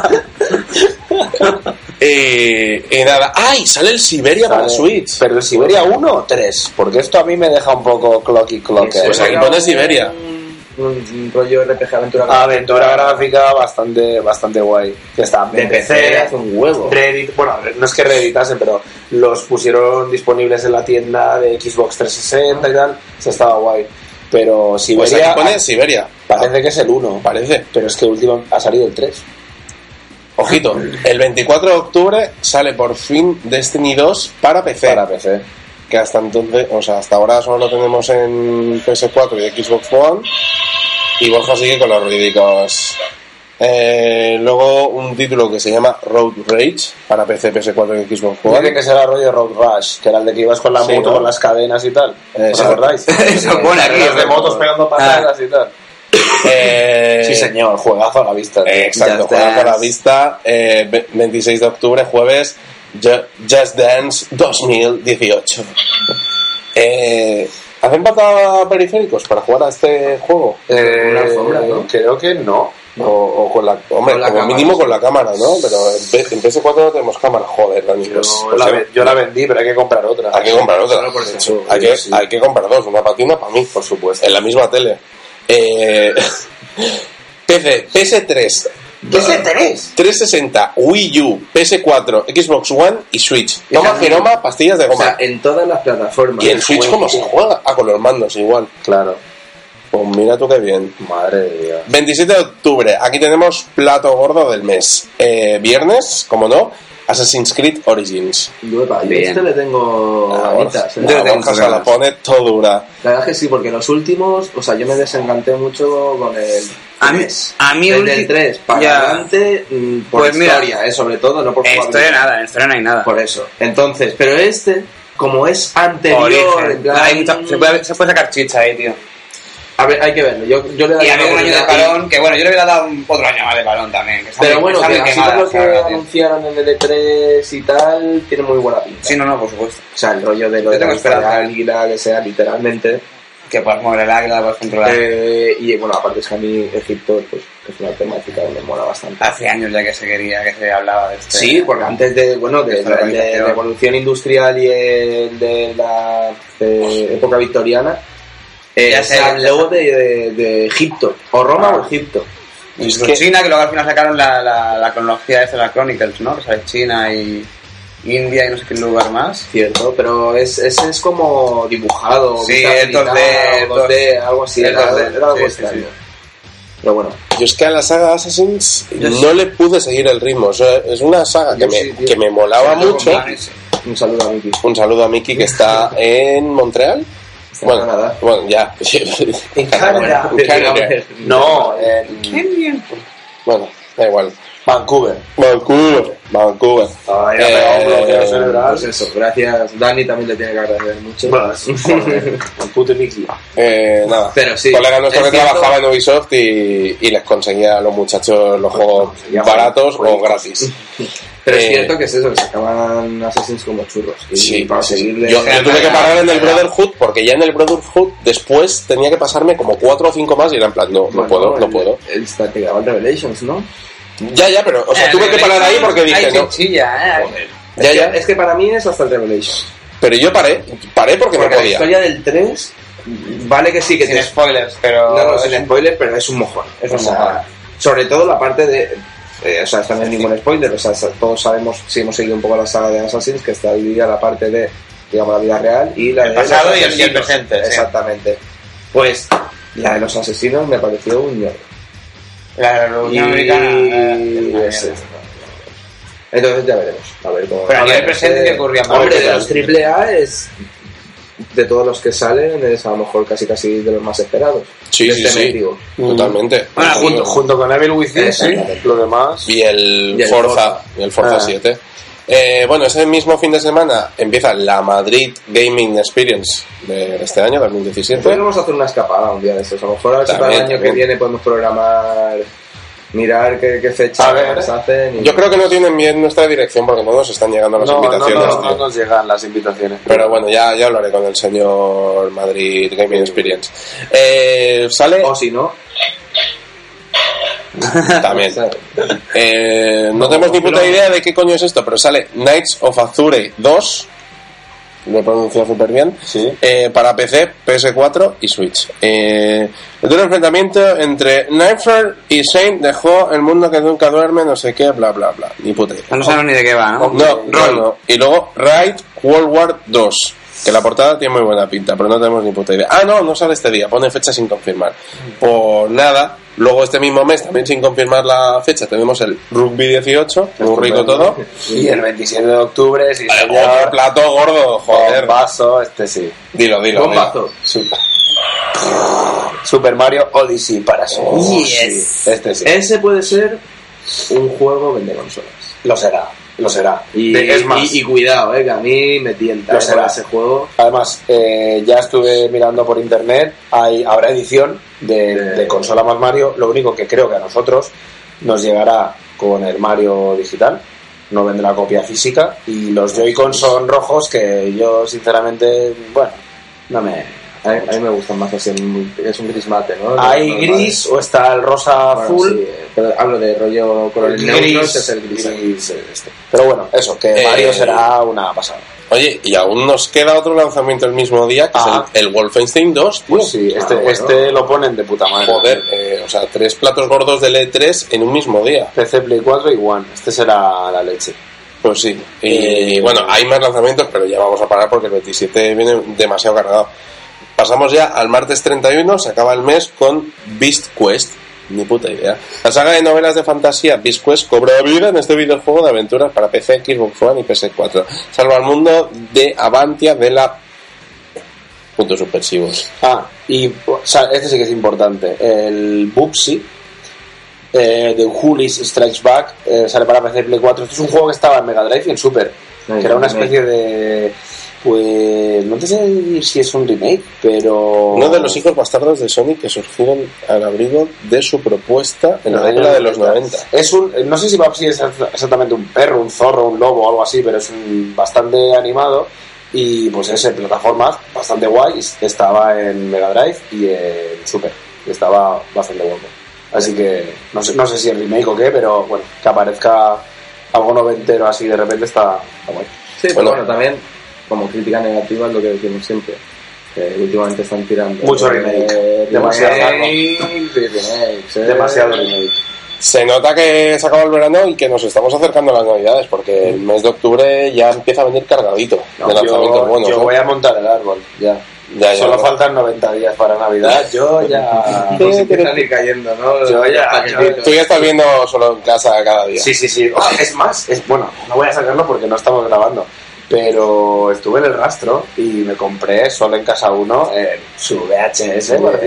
Y nada, ¡ay! Sale el Siberia para Switch. Pero el Siberia 1 o 3, porque esto a mí me deja un poco clocky. Pues aquí pone Siberia. Un rollo RPG Aventura gráfica bastante guay. Que está de PC, hace un huevo. Bueno, no es que reeditasen, pero los pusieron disponibles en la tienda de Xbox 360 y tal. Eso estaba guay. Pero Siberia. Pues aquí pone Siberia. Parece que es el 1. Parece. Pero es que último ha salido el 3. Ojito, el 24 de octubre sale por fin Destiny 2 para PC. Para PC. Que hasta entonces, o sea, hasta ahora solo lo tenemos en PS4 y Xbox One. Y Borja sigue con los ridículos. Luego un título que se llama Road Rage para PC, PS4 y Xbox One. Dice que será rollo Road Rush, que era el de que ibas con la Sí, moto, ¿no? con las cadenas y tal. ¿Os Sí. acordáis? Eso pone aquí. Los de motos pegando patadas y tal. Sí, señor, juegazo a la vista. tío. Exacto, Just juega a la Dance. vista. 26 de octubre, jueves, Just Dance 2018. ¿Hacen falta periféricos para jugar a este juego? Una alfombra, ¿no? Creo que no. O con la... Hombre, Con la como cámara, mínimo sí. con la cámara, ¿no? Pero en PS4 no tenemos cámara. Joder, Dani, pues... Yo la vendí, pero hay que comprar otra. Hay que comprar otra. Solo por De eso. hecho, hay que comprar dos, una para ti y una para mí. Por supuesto. En la misma tele. PC, PS3, PS3. 360, Wii U, PS4, Xbox One y Switch. Toma también- Jeroma, pastillas de O goma. sea, en todas las plataformas. ¿Y en Switch cómo se juega? Ah, con los mandos igual. Claro. Pues mira tú qué bien. Madre de Dios. 27 de octubre, aquí tenemos plato gordo del mes. Viernes, como no, Assassin's Creed Origins. Yo Bien. este le tengo ganitas. La Borja se la pone todo dura. La verdad es que sí, porque los últimos, o sea, yo me desencanté mucho con el A mí desde el 3 para ya. adelante, por Pues mira, historia, sobre todo, no por En historia nada, en historia no hay nada. Por eso. Entonces, pero este, como es anterior, Origen. en plan- Hay mucha- se puede sacar chicha ahí, tío. A ver, hay que verlo. Yo le Y daría había un una año de oportunidad. parón, que bueno, yo le hubiera dado otro año más de parón también. Que está Pero muy- bueno, está que muy así quemada, por lo que esa verdad, tío. anunciaron en el E3 y tal, tiene muy buena pinta. Sí, no, por supuesto. O sea, el rollo de lo Yo de tengo la esperanza. de águila, que sea literalmente. Que puedas mover el águila, puedes controlar. Y bueno, aparte es que a mí Egipto pues, es una temática que me mola bastante. Hace años ya que se quería, que se hablaba de este. Sí, porque antes de, bueno, de Esta la organización. revolución industrial y el de la época victoriana, Ya se sé, habló de Egipto, o Roma Ah. o Egipto. Incluso China, que luego al final sacaron la cronología esta de las Chronicles, ¿no? Que sale China y India y no sé qué lugar más. Cierto, pero ese es como dibujado, Sí, vista es 2D, satelital, o 2D, algo así, es era 2D, algo sí, extraño. sí. Pero bueno, Yo es que a la saga Assassin's Yo sí. no le pude seguir el ritmo. O sea, es una saga Yo sí, tío. que me molaba Sobre todo mucho. con planes. un saludo a Miki. Un saludo a Miki que está en Montreal. Está en Canadá. Bueno, ya. En Canadá. En Canadá. No, en Bueno, da igual. Vancouver. Vancouver. Ay, ha pegado un bloqueo cerebral. Pues eso, gracias. Dani también le tiene que agradecer mucho. Bueno, joder, el puto Mickey. Nada. Pero sí, Colega nuestro es que cierto. trabajaba en Ubisoft y les conseguía a los muchachos los juegos conseguía baratos juegos. o gratis. Pero es Eh, cierto que es eso, que sacaban Assassins como churros. Y Sí, para sí, sí. seguirle. Yo tuve que parar en el Brotherhood porque ya en el Brotherhood después tenía que pasarme como 4 o 5 más y era en plan, no puedo. El te quedaba el Revelations, ¿no? Ya, pero, o sea, tuve que parar ahí porque dije, Hay no. chichilla, ¿eh? Es que para mí es hasta el Revelations. Pero yo paré porque no Porque la podía. historia del 3, vale que sí, que Sin te. spoilers, pero... No, sin spoiler, pero es un mojón. Es O un sea, mojón. Sobre todo la parte de. O sea, esto no es ningún spoiler, o sea, todos sabemos, si hemos seguido un poco la saga de Assassins, que está dividida la parte de, digamos, la vida real y la El de pasado los y el asesinos. presente, sí. Exactamente. Pues la de los asesinos me pareció un ñordo. La Revolución Americana... es- entonces ya veremos. A ver cómo. Pero a nivel ver, presente, ¿qué ocurría más? Hombre, ¿Qué de tal? los AAA es. De todos los que salen, es a lo mejor casi de los más esperados. Sí, de sí, este sí. mes, digo. Totalmente. Bueno, Junto con Evil Within, sí. Exactamente. Lo demás. Y el Y el Forza. Y el Forza Ah. 7. Bueno, ese mismo fin de semana empieza la Madrid Gaming Experience de este año, 2017. Podríamos hacer una escapada un día de estos. A lo mejor a ver si para el También, año que también. viene podemos programar mirar qué fecha A ver, hacen. Yo creo que no tienen bien nuestra dirección porque no nos están llegando las invitaciones. No nos llegan las invitaciones. Pero bueno, ya hablaré con el señor Madrid Gaming Experience. Sale... O si no... También. No tenemos ni puta idea de qué coño es esto, pero sale Knights of Azure 2. Lo he pronunciado súper bien. Sí. Para PC, PS4 y Switch. El duro enfrentamiento entre Nightfall y Saint dejó el mundo que nunca duerme, no sé qué, bla bla bla. Ni puta idea. No sabemos ni de qué va, ¿no? No. Y luego Raid World War 2. Que la portada tiene muy buena pinta, pero no tenemos ni puta idea. No sale este día, pone fecha sin confirmar. Por nada, luego este mismo mes, también sin confirmar la fecha, tenemos el Rugby 18, muy rico todo. Y el 27 de octubre, sí, Otro plato gordo, joder. Vaso, sí. Dilo. Bombazo. Super Mario Odyssey para Switch. Yes. Este sí. Ese puede ser un juego vende consolas. Lo será. Y, es más, y cuidado, que a mí me tienta lo será. ese juego. Además, ya estuve mirando por internet, habrá edición de consola más Mario. Lo único que creo que a nosotros nos llegará con el Mario digital, no vendrá copia física, y los Joy-Con son rojos que yo sinceramente, bueno, no me... A mí me gustan más así, es un gris mate, ¿no? Hay No, gris o está el rosa bueno, full. sí, pero hablo de rollo color neutro, ese es el gris. Este. Pero bueno, eso, que Mario será una pasada. Oye, y aún nos queda otro lanzamiento el mismo día, que es el Wolfenstein 2, tío. Pues sí, este lo ponen de puta madre. Joder, 3 platos gordos de E3 en un mismo día. PC, Play 4 y One. Este será la leche. Pues sí. Y bueno, hay más lanzamientos, pero ya vamos a parar porque el 27 viene demasiado cargado. Pasamos ya al martes 31, se acaba el mes con Beast Quest. Ni puta idea. La saga de novelas de fantasía Beast Quest cobra vida en este videojuego de aventuras para PC, Xbox One y PS4. Salva al mundo de Avantia de la... Puntos suspensivos. Y o sea, este sí que es importante. El Bubsy de Hulis Strikes Back sale para PC y Play 4. Este es un juego que estaba en Mega Drive y en Super. Que era una especie de... Pues no te sé decir si es un remake, pero... Uno de los hijos bastardos de Sony que surgieron al abrigo de su propuesta en la década de los 90. Es no sé si Babsy es exactamente un perro, un zorro, un lobo o algo así, pero es bastante animado y pues es en plataformas bastante guay. Estaba en Mega Drive y en Super, y estaba bastante bueno. Así que no sé si es remake o qué, pero bueno, que aparezca algo noventero así de repente está guay. Sí, pero bueno, también... como crítica negativa es lo que decimos siempre, que últimamente están tirando mucho remake, demasiado remake. Se nota que se acaba el verano y que nos estamos acercando a las navidades, porque el mes de octubre ya empieza a venir cargadito de lanzamientos buenos. Yo voy a montar el árbol ya solo faltan 90 días para Navidad. Yo ya pues empiezan a ir cayendo, ¿no? Tú ya estás viendo solo en casa cada día. Sí. Es más, bueno, no voy a sacarlo porque no estamos grabando, pero estuve en el rastro y me compré solo en casa uno su VHS.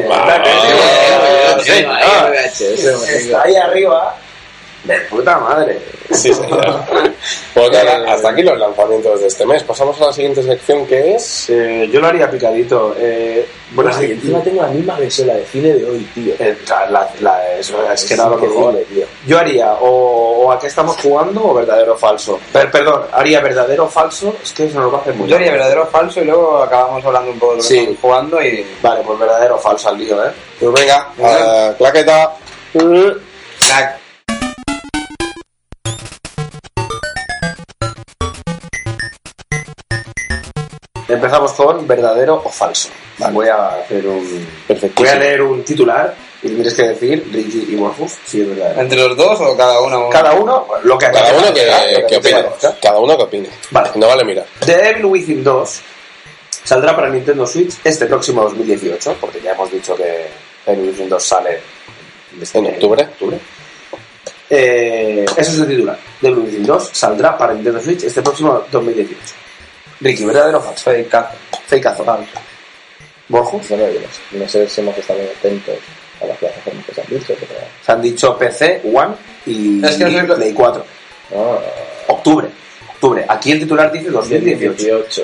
Está ahí arriba, de puta madre. Sí, señor. Pues nada, hasta aquí los lanzamientos de este mes. Pasamos a la siguiente sección, que es... yo lo haría picadito. Bueno, encima tengo la misma versión, la de cine de hoy, tío. Es que era lo mejor. Yo haría o a qué estamos jugando o verdadero o falso. Perdón, haría verdadero o falso. Es que eso nos va a hacer mucho. Yo haría verdadero o falso y luego acabamos hablando un poco de lo que estamos jugando y... Vale, pues verdadero o falso al lío, Pues venga, claqueta. Clac. Empezamos con verdadero o falso. Vale. Voy a leer un titular y tienes que decir, Ricky y Morfus, si es verdadero. ¿Entre los dos o cada uno? Cada uno, lo que cada uno que opine. Cada uno que opine. Vale. No vale, mira. The Evil Within 2 saldrá para Nintendo Switch este próximo 2018, porque ya hemos dicho que Evil Within 2 sale en octubre. Eso es el titular. The Evil Within 2 saldrá para Nintendo Switch este próximo 2018. Ricky, ¿verdadero o falso? Fakeazo. ¿Borjos? Bueno, no sé si hemos estado atentos a las plataformas que se han dicho, pero... Se han dicho PC, One y Play 4. Octubre. Aquí el titular dice 2018.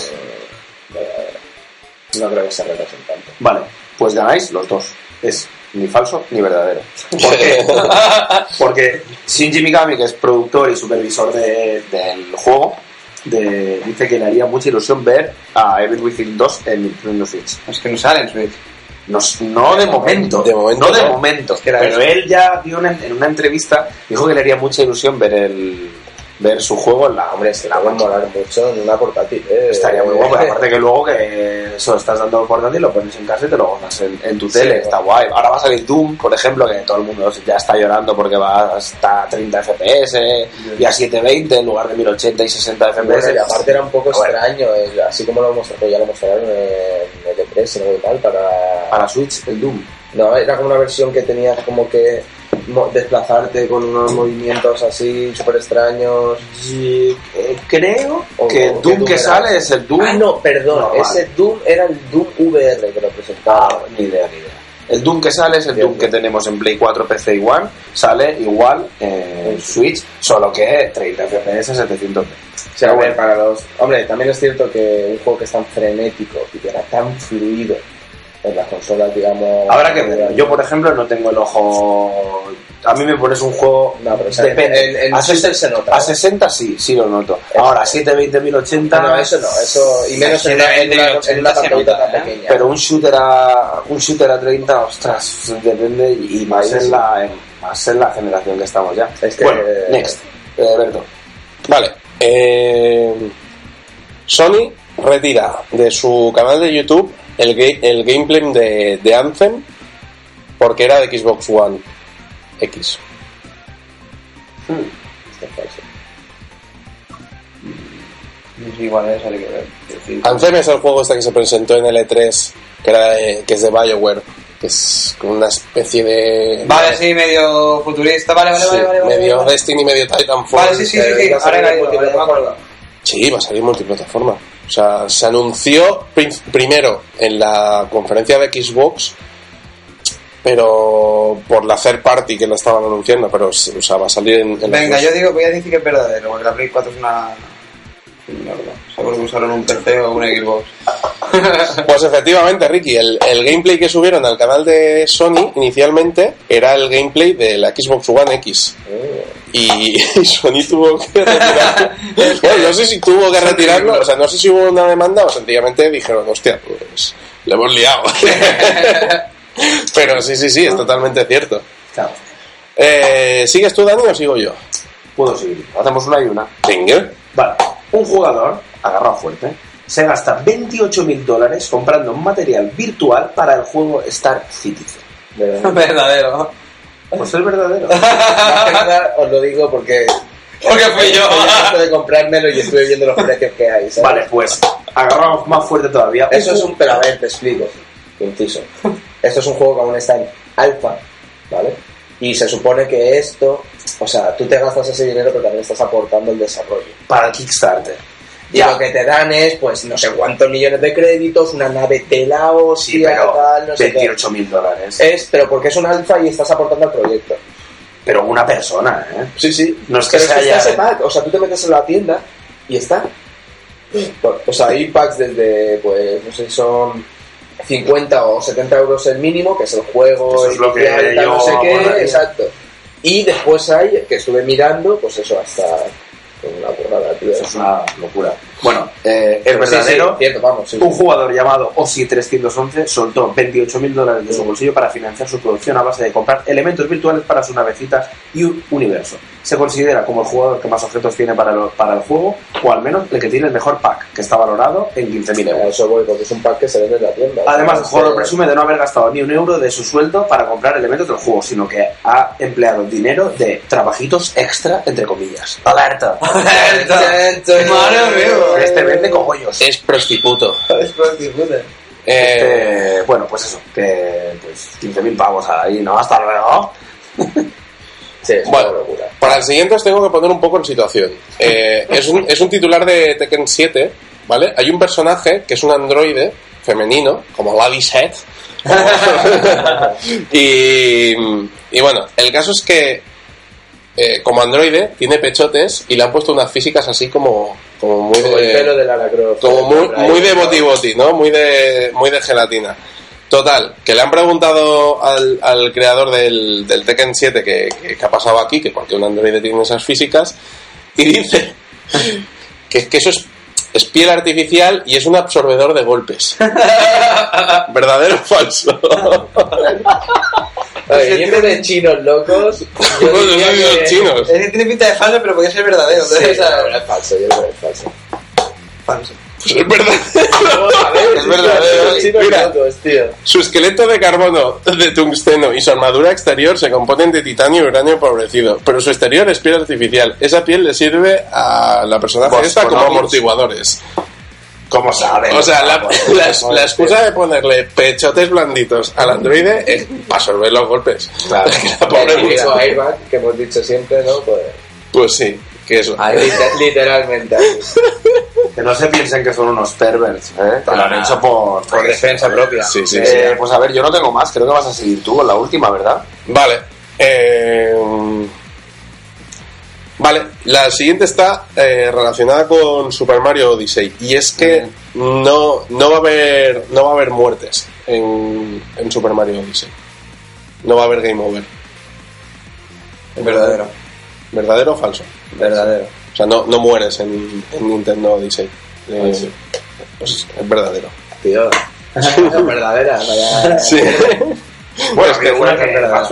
No creo que sea representante. Vale, pues ganáis los dos. Es ni falso ni verdadero. ¿Por qué? Porque Shinji Mikami, que es productor y supervisor del juego, dice que le haría mucha ilusión ver a Evil Within 2 en Nintendo Switch. Es que no sale en Switch. No de momento. De momento no de no. momento. Es que era Pero eso. él ya dio en una entrevista, dijo que le haría mucha ilusión ver su juego en la... Hombre, es que la la van a máquina. molar mucho en una portátil. Estaría muy guapo, y aparte que luego que eso estás dando el portátil, lo pones en casa y te lo gozas en tu tele, está guay. Ahora va a salir Doom, por ejemplo, que todo el mundo ya está llorando porque va hasta 30 FPS y a 720 en lugar de 1080 y 60 FPS. Bueno, y aparte era un poco Bueno. extraño, así como lo mostraron, ya lo mostraron en E3, si no me mal, Para Switch, el Doom. No, era como una versión que tenías como que desplazarte con unos movimientos así súper extraños. Creo O- que el o Doom que era. sale es el Doom. Ah, no, perdón, normal. ese Doom era el Doom VR que lo presentaba. Ni idea. El Doom que sale es el Doom que tenemos en Play 4, PC y One. Sale igual en Switch, solo que 30 FPS, 700p. O sea, a ver, para los... Hombre, también es cierto que un juego que es tan frenético y que era tan fluido en las consolas, digamos... Habrá que ver. Yo, por ejemplo, no tengo el ojo... A mí me pones un juego... No, pero o sea, depende. en A Shooter se nota. A 60 sí lo noto. Ahora, 720, 1080... No, eso no, eso... Y menos en una pantallita tan pequeña. Pero un shooter a 30, ostras, depende, y más, Sí, en sí. más en la generación que estamos ya. Es que- Bueno, next. Berto. Vale. Sony retira de su canal de YouTube el gameplay de Anthem porque era de Xbox One X. Igual es, hay que ver. Sí. Anthem es el juego este que se presentó en el E3, que es de BioWare, que es como una especie de... Vale, sí, medio futurista. Vale, Sí, medio Destiny, medio Titanfall. Vale, sí. Ahora he caído, vale, me acuerdo. Sí, va a salir multiplataforma. O sea, se anunció primero en la conferencia de Xbox, pero por la third party que lo estaban anunciando, pero o sea, va a salir en la Venga, Xbox. yo voy a decir que es verdadero, porque la Play 4 es una mierda. Seguro que usaron un PC o un Xbox. Pues efectivamente, Ricky, el gameplay que subieron al canal de Sony inicialmente era el gameplay de la Xbox One X. Y Sony tuvo que retirarlo. Bueno, no sé si tuvo que retirarlo, o sea, no sé si hubo una demanda o sencillamente dijeron, hostia, pues lo hemos liado. Pero sí, es totalmente cierto. Claro. ¿Sigues tú, Dani, o sigo yo? Puedo seguir. Hacemos una y una. Venga. Vale. Un jugador, agarrado fuerte, se gasta $28.000 comprando material virtual para el juego Star Citizen. Verdadero. Pues es verdadero. Más que nada os lo digo porque... Porque fui yo. Estoy a punto de comprármelo y estuve viendo los precios que hay, ¿sabes? Vale, pues agarrado más fuerte todavía. Eso es un... Pero a ver, te explico. Inciso. Esto es un juego que aún está en alfa, ¿vale? Y se supone que esto... O sea, tú te gastas ese dinero pero también estás aportando el desarrollo. para Kickstarter. Y lo que te dan es, pues, no sé cuántos millones de créditos, una nave de la Sí, hostia, pero tal, no sé qué. $28.000. Pero porque es un alfa y estás aportando al proyecto. Pero una persona, ¿eh? Sí. No es que Pero se haya... está ese pack, o sea, tú te metes en la tienda y está. O sea, hay packs desde, pues, no sé si son 50 o 70 euros el mínimo, que es el juego, Eso es lo que inicial, tal, yo no sé qué, acordaría. exacto. Y después hay, que estuve mirando, pues eso, hasta una burrada, tío. Eso es una locura. Bueno, es Pero sí, verdadero. sí, cierto, vamos. Sí, Un jugador llamado Ozzy311 soltó $28.000 de su bolsillo para financiar su producción a base de comprar elementos virtuales para sus navecitas y un universo. Se considera como el jugador que más objetos tiene para el juego, o al menos el que tiene el mejor pack, que está valorado en 15.000 A euros. eso voy, porque es un pack que se vende en la tienda. Además, el jugador Este- presume de no haber gastado ni un euro de su sueldo para comprar elementos del juego, sino que ha empleado dinero de trabajitos extra, entre comillas. ¡Alerta! Madre mía. Este vende cogollos. Es prostituto. Es prostituta. Bueno, pues eso, que pues 15.000 pavos ahí, ¿no? Hasta luego. Sí, es Bueno, una locura. para el siguiente os tengo que poner un poco en situación. Es un titular de Tekken 7, ¿vale? Hay un personaje que es un androide femenino, como Lady Seth. y bueno, el caso es que como androide tiene pechotes y le han puesto unas físicas así como muy Como el pelo de... de Lara Croft. Como muy de boti-boti, ¿no? Muy de gelatina. Total, que le han preguntado al creador del Tekken 7 que ha pasado aquí, que porque un androide tiene esas físicas, y dice que eso es piel artificial y es un absorbedor de golpes. ¿Verdadero o falso? Viniendo de chinos locos, yo Bueno, diría no digo que... chinos. Es que tiene pinta de falso, pero podría ser verdadero. Sí, Entonces, no, es falso, yo creo que es falso. falso. Pues es verdadero. A ver, Es verdadero. chinos Mira, locos, tío. su esqueleto de carbono, de tungsteno y su armadura exterior se componen de titanio y uranio empobrecido, pero su exterior es piel artificial. Esa piel le sirve a la personaje Pues, esta como con amortiguadores. ¿Cómo sabes? O sea, la excusa de ponerle pechotes blanditos al androide es para absorber los golpes. Claro. La pobre El típico muchacha. airbag que hemos dicho siempre, ¿no? Pues sí, que eso. Literalmente. ahí. Que no se piensen que son unos perverts, ¿eh? Que lo han hecho Por defensa propia. Sí, sí. Pues a ver, yo no tengo más. Creo que vas a seguir tú con la última, ¿verdad? Vale. Vale, la siguiente está relacionada con Super Mario Odyssey y es que no va a haber muertes en Super Mario Odyssey. No va a haber game over. Verdadero. ¿Verdadero o falso? Verdadero. O sea, no mueres en Nintendo Odyssey. Pues es verdadero. Tío, es verdadera. Vaya... Sí. Bueno, es que seguro una que es que verdad.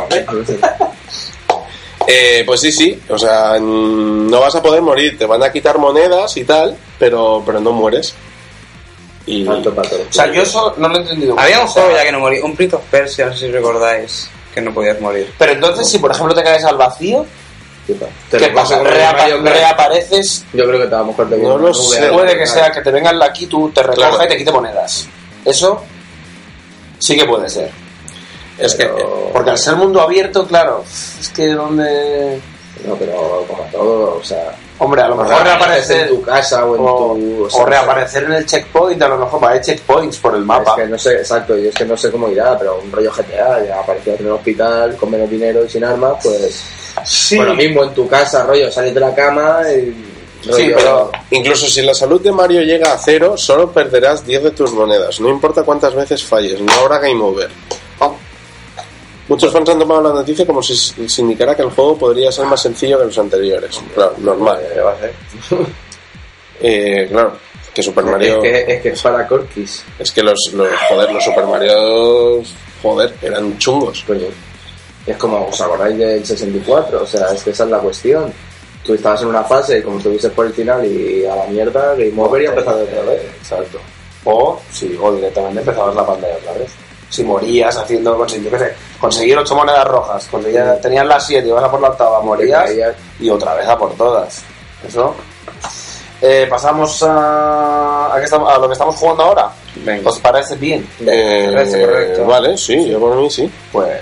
Pues sí, o sea, no vas a poder morir, te van a quitar monedas y tal, pero no mueres. Y Tanto para todo. O sea, yo eso no lo he entendido. Había un O sea, juego ya que no moría. Un Prince of Persia, no sé si recordáis, que no podías morir. Pero entonces, si por ejemplo te caes al vacío, Te ¿qué lo pasa? paso con el Mario Kart. Reapareces. Yo creo que a lo mejor te viene No lo una nube sé. ahí. Puede que sea que te vengan aquí, tú te recoja Claro. y te quite monedas. Eso sí que puede ser. es que Porque al ser mundo abierto, claro, es que donde... No, pero como todo, o sea... Hombre, a lo mejor reapareces reaparecer en tu casa o en tu... o reaparecer en el checkpoint, a lo mejor hay checkpoints por el mapa. Es que no sé, exacto, y es que no sé cómo irá, pero un rollo GTA, ya aparecías en el hospital con menos dinero y sin armas, pues... Sí, Pues lo mismo en tu casa, rollo, sales de la cama y... Rollo, sí, pero incluso si la salud de Mario llega a 0, solo perderás 10 de tus monedas. No importa cuántas veces falles, no habrá game over. Oh. Muchos fans han tomado la noticia como si se indicara que el juego podría ser más sencillo que los anteriores. Claro, normal. va a ser. Claro, que Super Mario... Es que es para corquis. Es que los Super Mario, joder, eran chungos. Coño. Es como, ¿os acordáis del 64? O sea, es que esa es la cuestión. Tú estabas en una fase y como estuvieses por el final y a la mierda, game over y empezar otra vez. Exacto. O directamente empezabas la pantalla otra vez. Si morías haciendo, conseguir 8 monedas rojas, tenías las 7 y vas a por la octava, morías y otra vez a por todas. Eso. Pasamos a lo que estamos jugando ahora. Venga. ¿Os parece bien? parece correcto. Vale, sí, yo por mí sí. Pues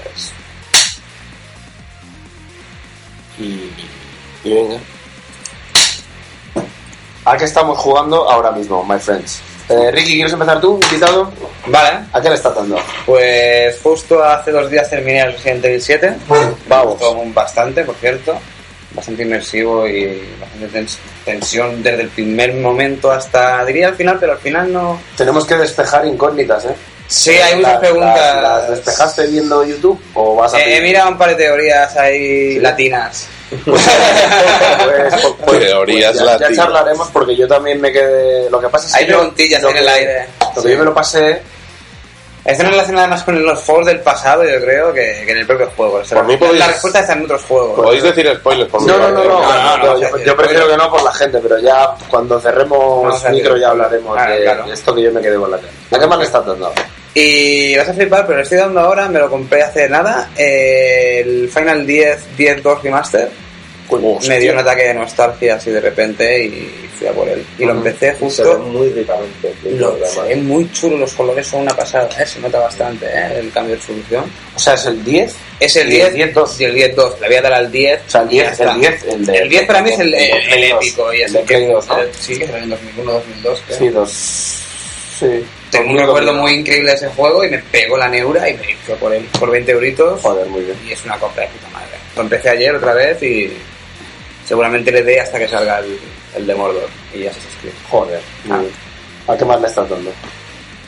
Y venga. ¿a qué estamos jugando ahora mismo, my friends? Ricky, ¿quieres empezar tú, invitado? Vale. ¿A qué le estás dando? Pues justo hace 2 días terminé el Resident Evil 7. Vamos. Bastante, por cierto. Bastante inmersivo y bastante tensión desde el primer momento hasta, diría, al final, pero al final no... Tenemos que despejar incógnitas, ¿eh? Sí, hay muchas preguntas. ¿Las despejaste viendo YouTube o vas a He mirado un par de teorías ahí latinas. Teorías ya latinas. charlaremos porque yo también me quedé... Lo que pasa es que Hay preguntillas en el aire. Lo que yo me lo pasé... Están relacionadas más con los juegos del pasado, yo creo, que en el propio juego. Por mí podéis- La respuesta está en otros juegos. Podéis decir spoilers por mí. Yo prefiero que no por la gente, pero ya cuando cerremos Vamos a micro decir- ya hablaremos Claro, de claro. esto que yo me quedé con la cara. ¿A qué más le estás dando? Y vas a flipar, pero le estoy dando ahora, me lo compré hace nada, el Final 10-2 Remaster. Me dio un ataque de nostalgia así de repente y fui a por él. Y lo empecé Se ve justo... muy ricamente. Se ve muy chulo, los colores son una pasada, se nota bastante el cambio de solución. O sea, es el 10. Es el Y el 10 10-2. y el 10-2, le voy a dar al 10. O sea, el 10, y ya está. el 10, El 10 para mí es el Play 2. épico y es El el que Play 2, ¿no? sí, que salió en 2001, 2002. creo. Sí, 2. Sí. Tengo un recuerdo muy increíble de ese juego y me pegó la neura y me fui por él por 20 euritos. Joder, muy bien. Y es una compra de puta madre. Lo empecé ayer otra vez y seguramente le dé hasta que salga el de Mordor y Assassin's Creed. Joder. Ah. ¿A qué más le estás dando?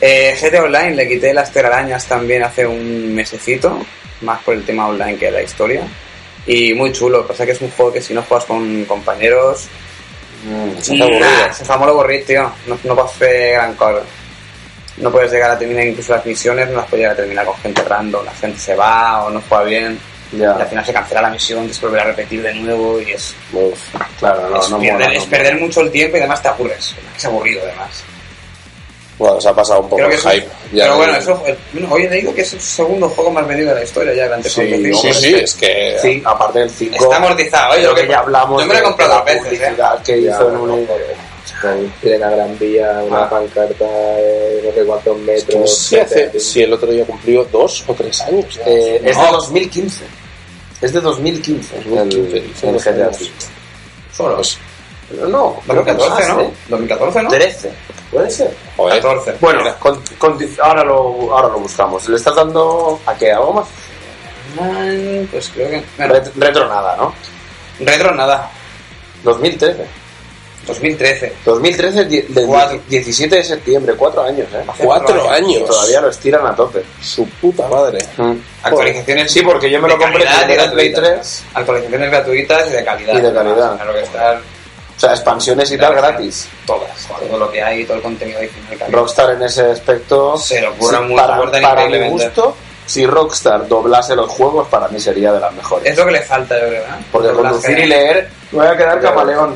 GTA Online le quité las telarañas también hace un mesecito, más por el tema online que la historia. Y muy chulo, lo que pasa es que es un juego que si no juegas con compañeros se hace aburrido. se fa molt avorrit, tío. No pots fer gran cosa. No puedes llegar a terminar incluso las misiones, no las puedes llegar a terminar con gente random, la gente se va o no juega bien. Y al final se cancela la misión, tienes que volver a repetir de nuevo y es... Claro, es perder mucho el tiempo y además te aburres. Es aburrido además. Bueno, se ha pasado un poco el hype. Pero bueno, hoy he leído que es el segundo juego más vendido de la historia ya, Grand Theft Auto 5. Sí, es que... Sí, aparte del 5... Está amortizado, lo que ya hablamos. Yo me lo he comprado dos veces, que hizo en un... En plena Gran Vía, una pancarta de no sé cuántos metros. Si el otro día cumplió 2 o 3 años. Es de 2015. Es de 2015. El GTA V. Solo. No, 2014, ¿no? 2014, ¿no? 13. ¿Puede ser? Joder. 14. Bueno, ahora lo buscamos. ¿Le estás dando a qué? ¿Algo más? Pues creo que... Retro nada, ¿no? Retro nada. 2013. 2013. 2013, del 17 de septiembre, 4 años, ¿eh? 4 años. Y todavía lo estiran a tope. Su puta madre. Actualizaciones. Sí, porque yo me lo compré en el Play 3. Actualizaciones gratuitas y de calidad. Y de calidad. Claro que estar O sea, expansiones y tal gratis. todas. Todo lo que hay, todo el contenido adicional. Rockstar en ese aspecto se lo ocurre sí, muy para mi increíblemente. gusto, si Rockstar doblase los juegos, para mí sería de las mejores. Es lo que le falta, yo creo, ¿eh? Porque conducir y leer, me voy a quedar camaleón.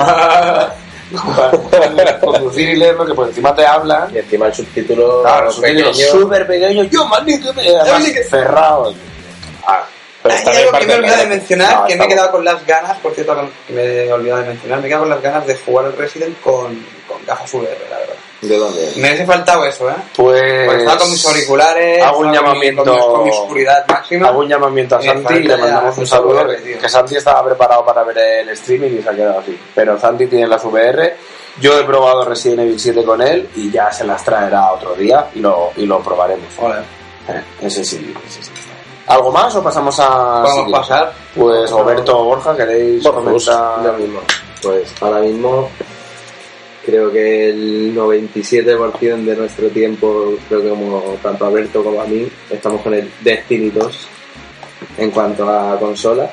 Conducir y leer, porque por encima te hablan. Y encima el subtítulo pequeño, súper pequeño. Yo, maldito, cerrado. Hay algo que me he olvidado de mencionar, que me he quedado con las ganas, por cierto, que me he olvidado de mencionar, me he quedado con las ganas de jugar el Resident con gafas VR, la verdad. ¿De dónde? Me hubiese faltado eso, ¿eh? Pues Porque estaba con mis auriculares, hago un llamamiento, con mi oscuridad máxima. Hago un llamamiento a Santi y le mandamos un saludo. Que Santi estaba preparado para ver el streaming y se ha quedado así. Pero Santi tiene las VR. Yo he probado Resident Evil 7 con él y ya se las traerá otro día y lo probaremos. Hola. Ese sí. ¿Algo más o pasamos a...? Podemos pasar. Pues Roberto o Borja, ¿queréis comentar? Lo mismo. Pues ahora mismo creo que el 97% de nuestro tiempo, creo que como tanto a Alberto como a mí, estamos con el Destiny 2 en cuanto a consola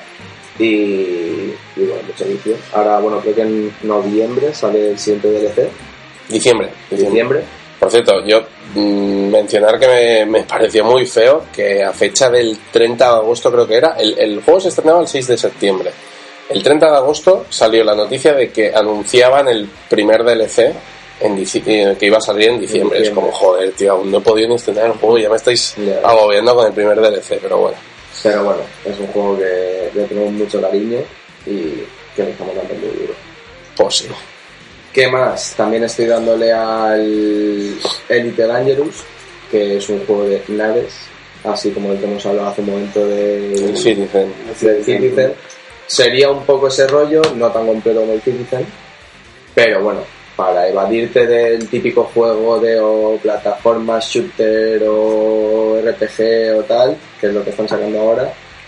y bueno, mucho vicio. Ahora, bueno, creo que en noviembre sale el siguiente DLC. Diciembre. Por cierto, yo mencionar que me pareció muy feo que a fecha del 30 de agosto creo que era, el juego se estrenaba el 6 de septiembre. El 30 de agosto salió la noticia de que anunciaban el primer DLC que iba a salir en diciembre. Es como, joder, tío, aún no he podido ni estrenar el juego y ya me estáis agobiando con el primer DLC, pero bueno. Pero bueno, es un juego que le tenemos mucho cariño y que le estamos dando muy duro. Pues sí. ¿Qué más? También estoy dándole al Elite Dangerous, que es un juego de naves, así como el que hemos hablado hace un momento del Citizen. Sería un poco ese rollo, no tan completo como el Citizen, pero bueno, para evadirte del típico juego de o plataformas, shooter o RPG o tal, que es lo que están sacando ahora,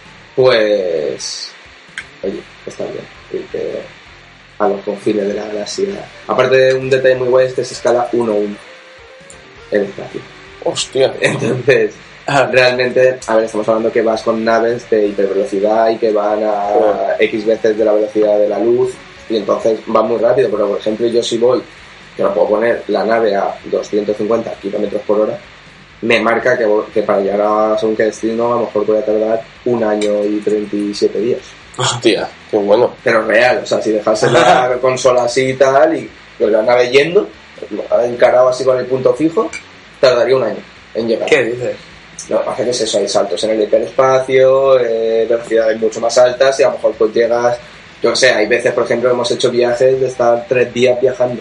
pues oye, está bien, irte a los confines de la galaxia. Aparte de un detalle muy guay es que se escala 1-1 el espacio. Hostia. Entonces, realmente, a ver, estamos hablando que vas con naves de hipervelocidad y que van a X veces de la velocidad de la luz y entonces va muy rápido, pero por ejemplo yo si voy, que no puedo poner la nave a 250 km por hora, me marca que para llegar a según qué destino a lo mejor voy a tardar 1 año y 37 días. Hostia, qué bueno. Pero real, o sea, si dejase la consola así y tal, y con la nave yendo, encarado así con el punto fijo, tardaría 1 año en llegar. ¿Qué dices? Lo que pasa es eso, hay saltos en el hiperespacio, velocidades mucho más altas y a lo mejor pues llegas, yo que sé, hay veces, por ejemplo, hemos hecho viajes de estar 3 días viajando.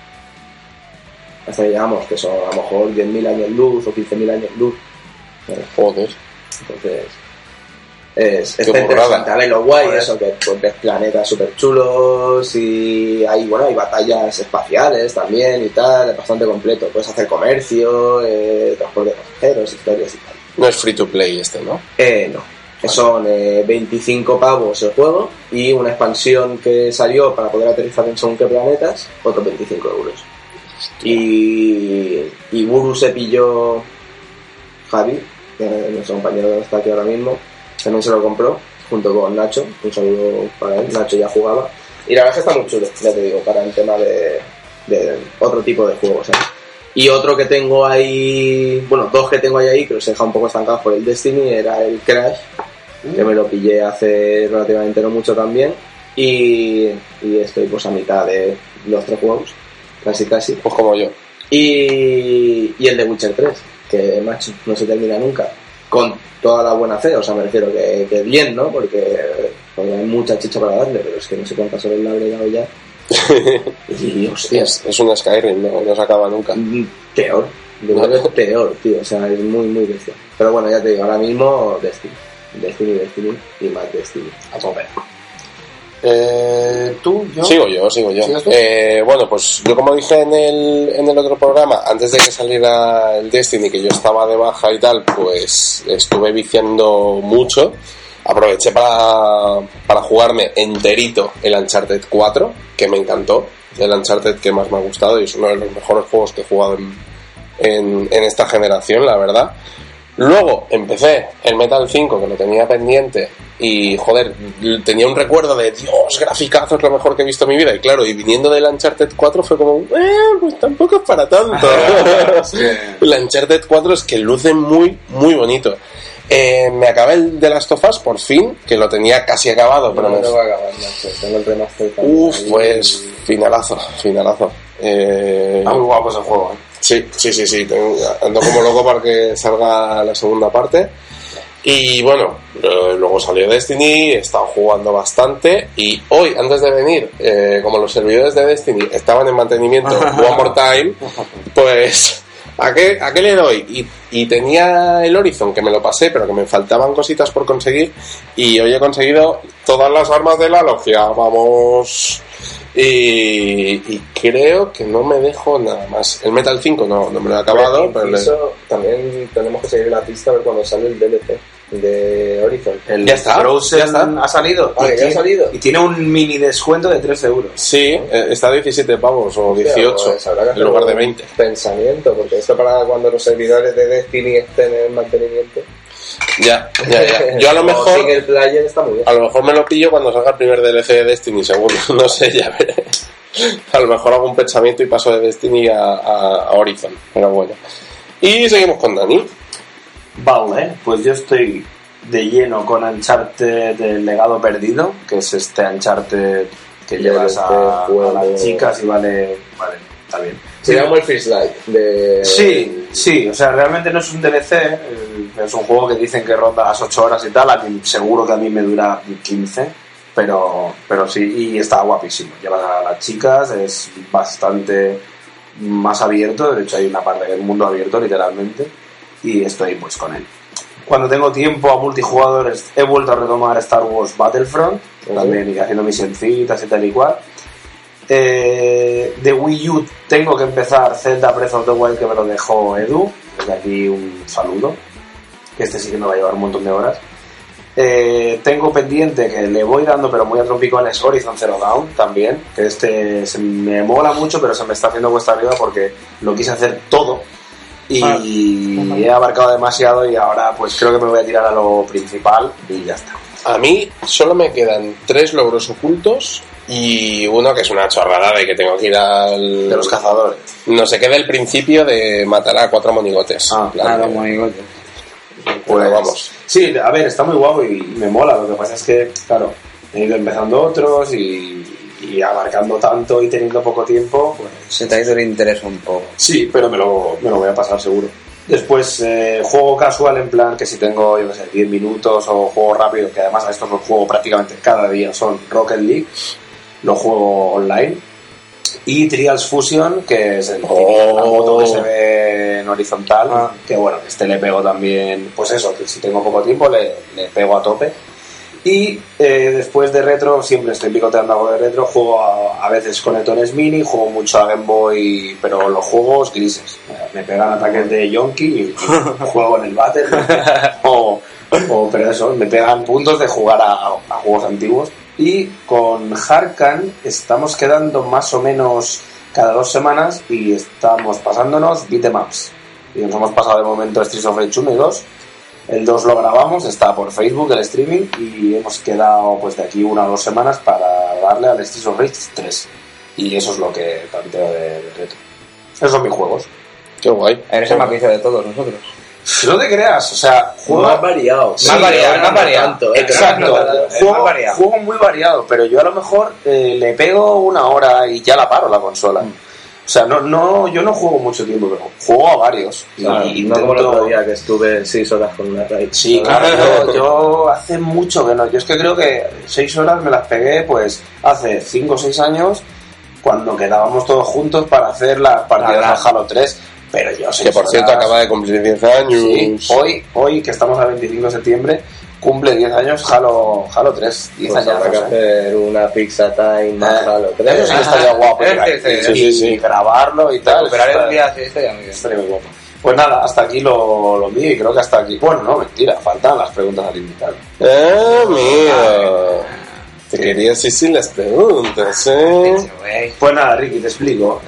Hasta llegamos, que son a lo mejor 10.000 años luz o 15.000 años luz. Joder. Entonces... está interesante, a ver lo guay, eso que pues, ves planetas súper chulos y hay batallas espaciales también y tal, es bastante completo, puedes hacer comercio, transporte de pasajeros, historias y tal. No es free to play este, ¿no? No, son 25 pavos el juego y una expansión que salió para poder aterrizar en según qué planetas, otros 25 euros. Y Buru se pilló Javi, nuestro compañero que está aquí ahora mismo, también se lo compró junto con Nacho, un saludo para él. Nacho ya jugaba y la verdad es que está muy chulo, ya te digo, para el tema de otro tipo de juegos, ¿eh? Y otro que tengo ahí, bueno, dos que tengo ahí que los he dejado un poco estancados por el Destiny, era el Crash, que me lo pillé hace relativamente no mucho también, y estoy pues a mitad de los 3 juegos, casi. Pues como yo. Y el de Witcher 3, que macho, no se termina nunca, con toda la buena fe, o sea, me refiero que bien, ¿no? Porque hay mucha chicha para darle, pero es que no sé cuántas horas le habré dado ya. Y hostias, es un Skyrim, no se acaba nunca. Peor, yo creo que es peor, tío, o sea, es muy, muy bestia. Pero bueno, ya te digo, ahora mismo Destiny y más Destiny. A tope. ¿Tú? ¿Yo? Sigo yo. Bueno, pues yo como dije en el otro programa, antes de que saliera el Destiny, que yo estaba de baja y tal, pues estuve viciando mucho. Aproveché para jugarme enterito el Uncharted 4, que me encantó. Es el Uncharted que más me ha gustado y es uno de los mejores juegos que he jugado en esta generación, la verdad. Luego empecé el Metal 5, que lo tenía pendiente, y joder, tenía un recuerdo de Dios, graficazo, es lo mejor que he visto en mi vida. Y claro, y viniendo del Uncharted 4 fue como, pues tampoco es para tanto. El Uncharted 4 es que luce muy, muy bonito. Me acabé el The Last of Us por fin, que lo tenía casi acabado, pero no me va a acabar, macho. Tengo el remaster. Pues finalazo. Está muy guapo ese juego, ¿eh? Sí. Ando como loco para que salga la segunda parte. Y bueno, luego salió Destiny, he estado jugando bastante. Y hoy, antes de venir, como los servidores de Destiny estaban en mantenimiento One More Time, pues ¿a qué le doy? Y tenía el Horizon, que me lo pasé, pero que me faltaban cositas por conseguir. Y hoy he conseguido todas las armas de la logia, vamos. Y creo que no me dejo nada más. El Metal 5 no me lo he acabado, pero también tenemos que seguir la pista a ver cuando sale el DLC de Horizon. Ya está. Ha salido. ¿Ya ha salido? Y tiene un mini descuento de 13 euros. Sí, está a 17 pavos o 18 pues en lugar de 20. Pensamiento, porque esto para cuando los servidores de Destiny estén en mantenimiento. Ya. Yo a lo mejor single player está muy bien. A lo mejor me lo pillo cuando salga el primer DLC de Destiny, seguro. No sé, ya veré. A lo mejor hago un pensamiento y paso de Destiny a Horizon. Pero bueno. Y seguimos con Dani. Vale, pues yo estoy de lleno con Uncharted del legado perdido, que es este Uncharted que llevas a las chicas y vale, está bien. Se llama el First Light de... Sí, o sea, realmente no es un DLC, es un juego que dicen que ronda las 8 horas y tal, seguro que a mí me dura 15, pero sí, y está guapísimo. Llevas a las chicas, es bastante más abierto, de hecho hay una parte del mundo abierto literalmente, y estoy pues con él. Cuando tengo tiempo a multijugador he vuelto a retomar Star Wars Battlefront, también haciendo misioncitas y tal y cual. De Wii U tengo que empezar Zelda Breath of the Wild, que me lo dejó Edu, desde aquí un saludo, que este sí que me va a llevar un montón de horas. Tengo pendiente, que le voy dando pero muy a trompicones, Horizon Zero Dawn también, que este me mola mucho pero se me está haciendo cuesta arriba porque lo quise hacer todo y he abarcado demasiado y ahora pues creo que me voy a tirar a lo principal y ya está. A mí solo me quedan 3 logros ocultos y uno que es una chorrada de que tengo que ir al... De los cazadores. No sé qué del principio de matar a 4 monigotes. Los monigotes. Pues vamos. Sí, a ver, está muy guapo y me mola. Lo que pasa es que, claro, he ido empezando otros y abarcando tanto y teniendo poco tiempo, pues... Se te ha ido el interés un poco. Sí, pero me lo voy a pasar seguro. Después, juego casual en plan que si tengo, yo qué sé, 10 minutos o juego rápido, que además a estos los juego prácticamente cada día, son Rocket League, lo juego online, y Trials Fusion, que es el la moto que se ve en horizontal, que bueno, este le pego también, pues eso, que si tengo poco tiempo le pego a tope. Y después de retro, siempre estoy picoteando algo de retro, juego a veces con Etones Mini, juego mucho a Game Boy, pero los juegos grises. Me pegan ataques de Yonki y juego en el Battle. Pero eso, me pegan puntos de jugar a juegos antiguos. Y con Harkan estamos quedando más o menos cada 2 semanas y estamos pasándonos beatemaps. Y nos hemos pasado de momento Streets of Rage 1 y 2. El 2 lo grabamos, está por Facebook el streaming y hemos quedado pues de aquí 1 o 2 semanas para darle al Streets of Rage 3. Y eso es lo que planteo de reto. Esos son mis juegos. Qué guay. Eres el más vicio de todos nosotros. No te creas, o sea, juego Más variado. Más variado. Tanto, Exacto, juego muy variado, pero yo a lo mejor le pego 1 hora y ya la paro la consola. O sea, yo no juego mucho tiempo, pero juego a varios. Claro, y no como el otro día que estuve 6 horas con una raid. Sí, claro, yo hace mucho que no. Yo es que creo que 6 horas me las pegué pues hace 5 o 6 años cuando quedábamos todos juntos para hacer las partidas de Halo 3. Pero yo sé que por cierto acaba de cumplir 10 años. Sí, hoy que estamos a 25 de septiembre, cumple 10 años Halo 3. 10 Pues años. habrá que hacer una pizza time más Halo 3. Eso sí que estaría guapo. Sí. Y grabarlo y tal. Recuperar el día, sí, estaría muy bien. Estaría muy guapo. Pues nada, hasta aquí lo mío y creo que hasta aquí. Bueno, no, mentira, faltan las preguntas al invitado. Mira. Te quería así sin las preguntas, Pues nada, Ricky, te explico.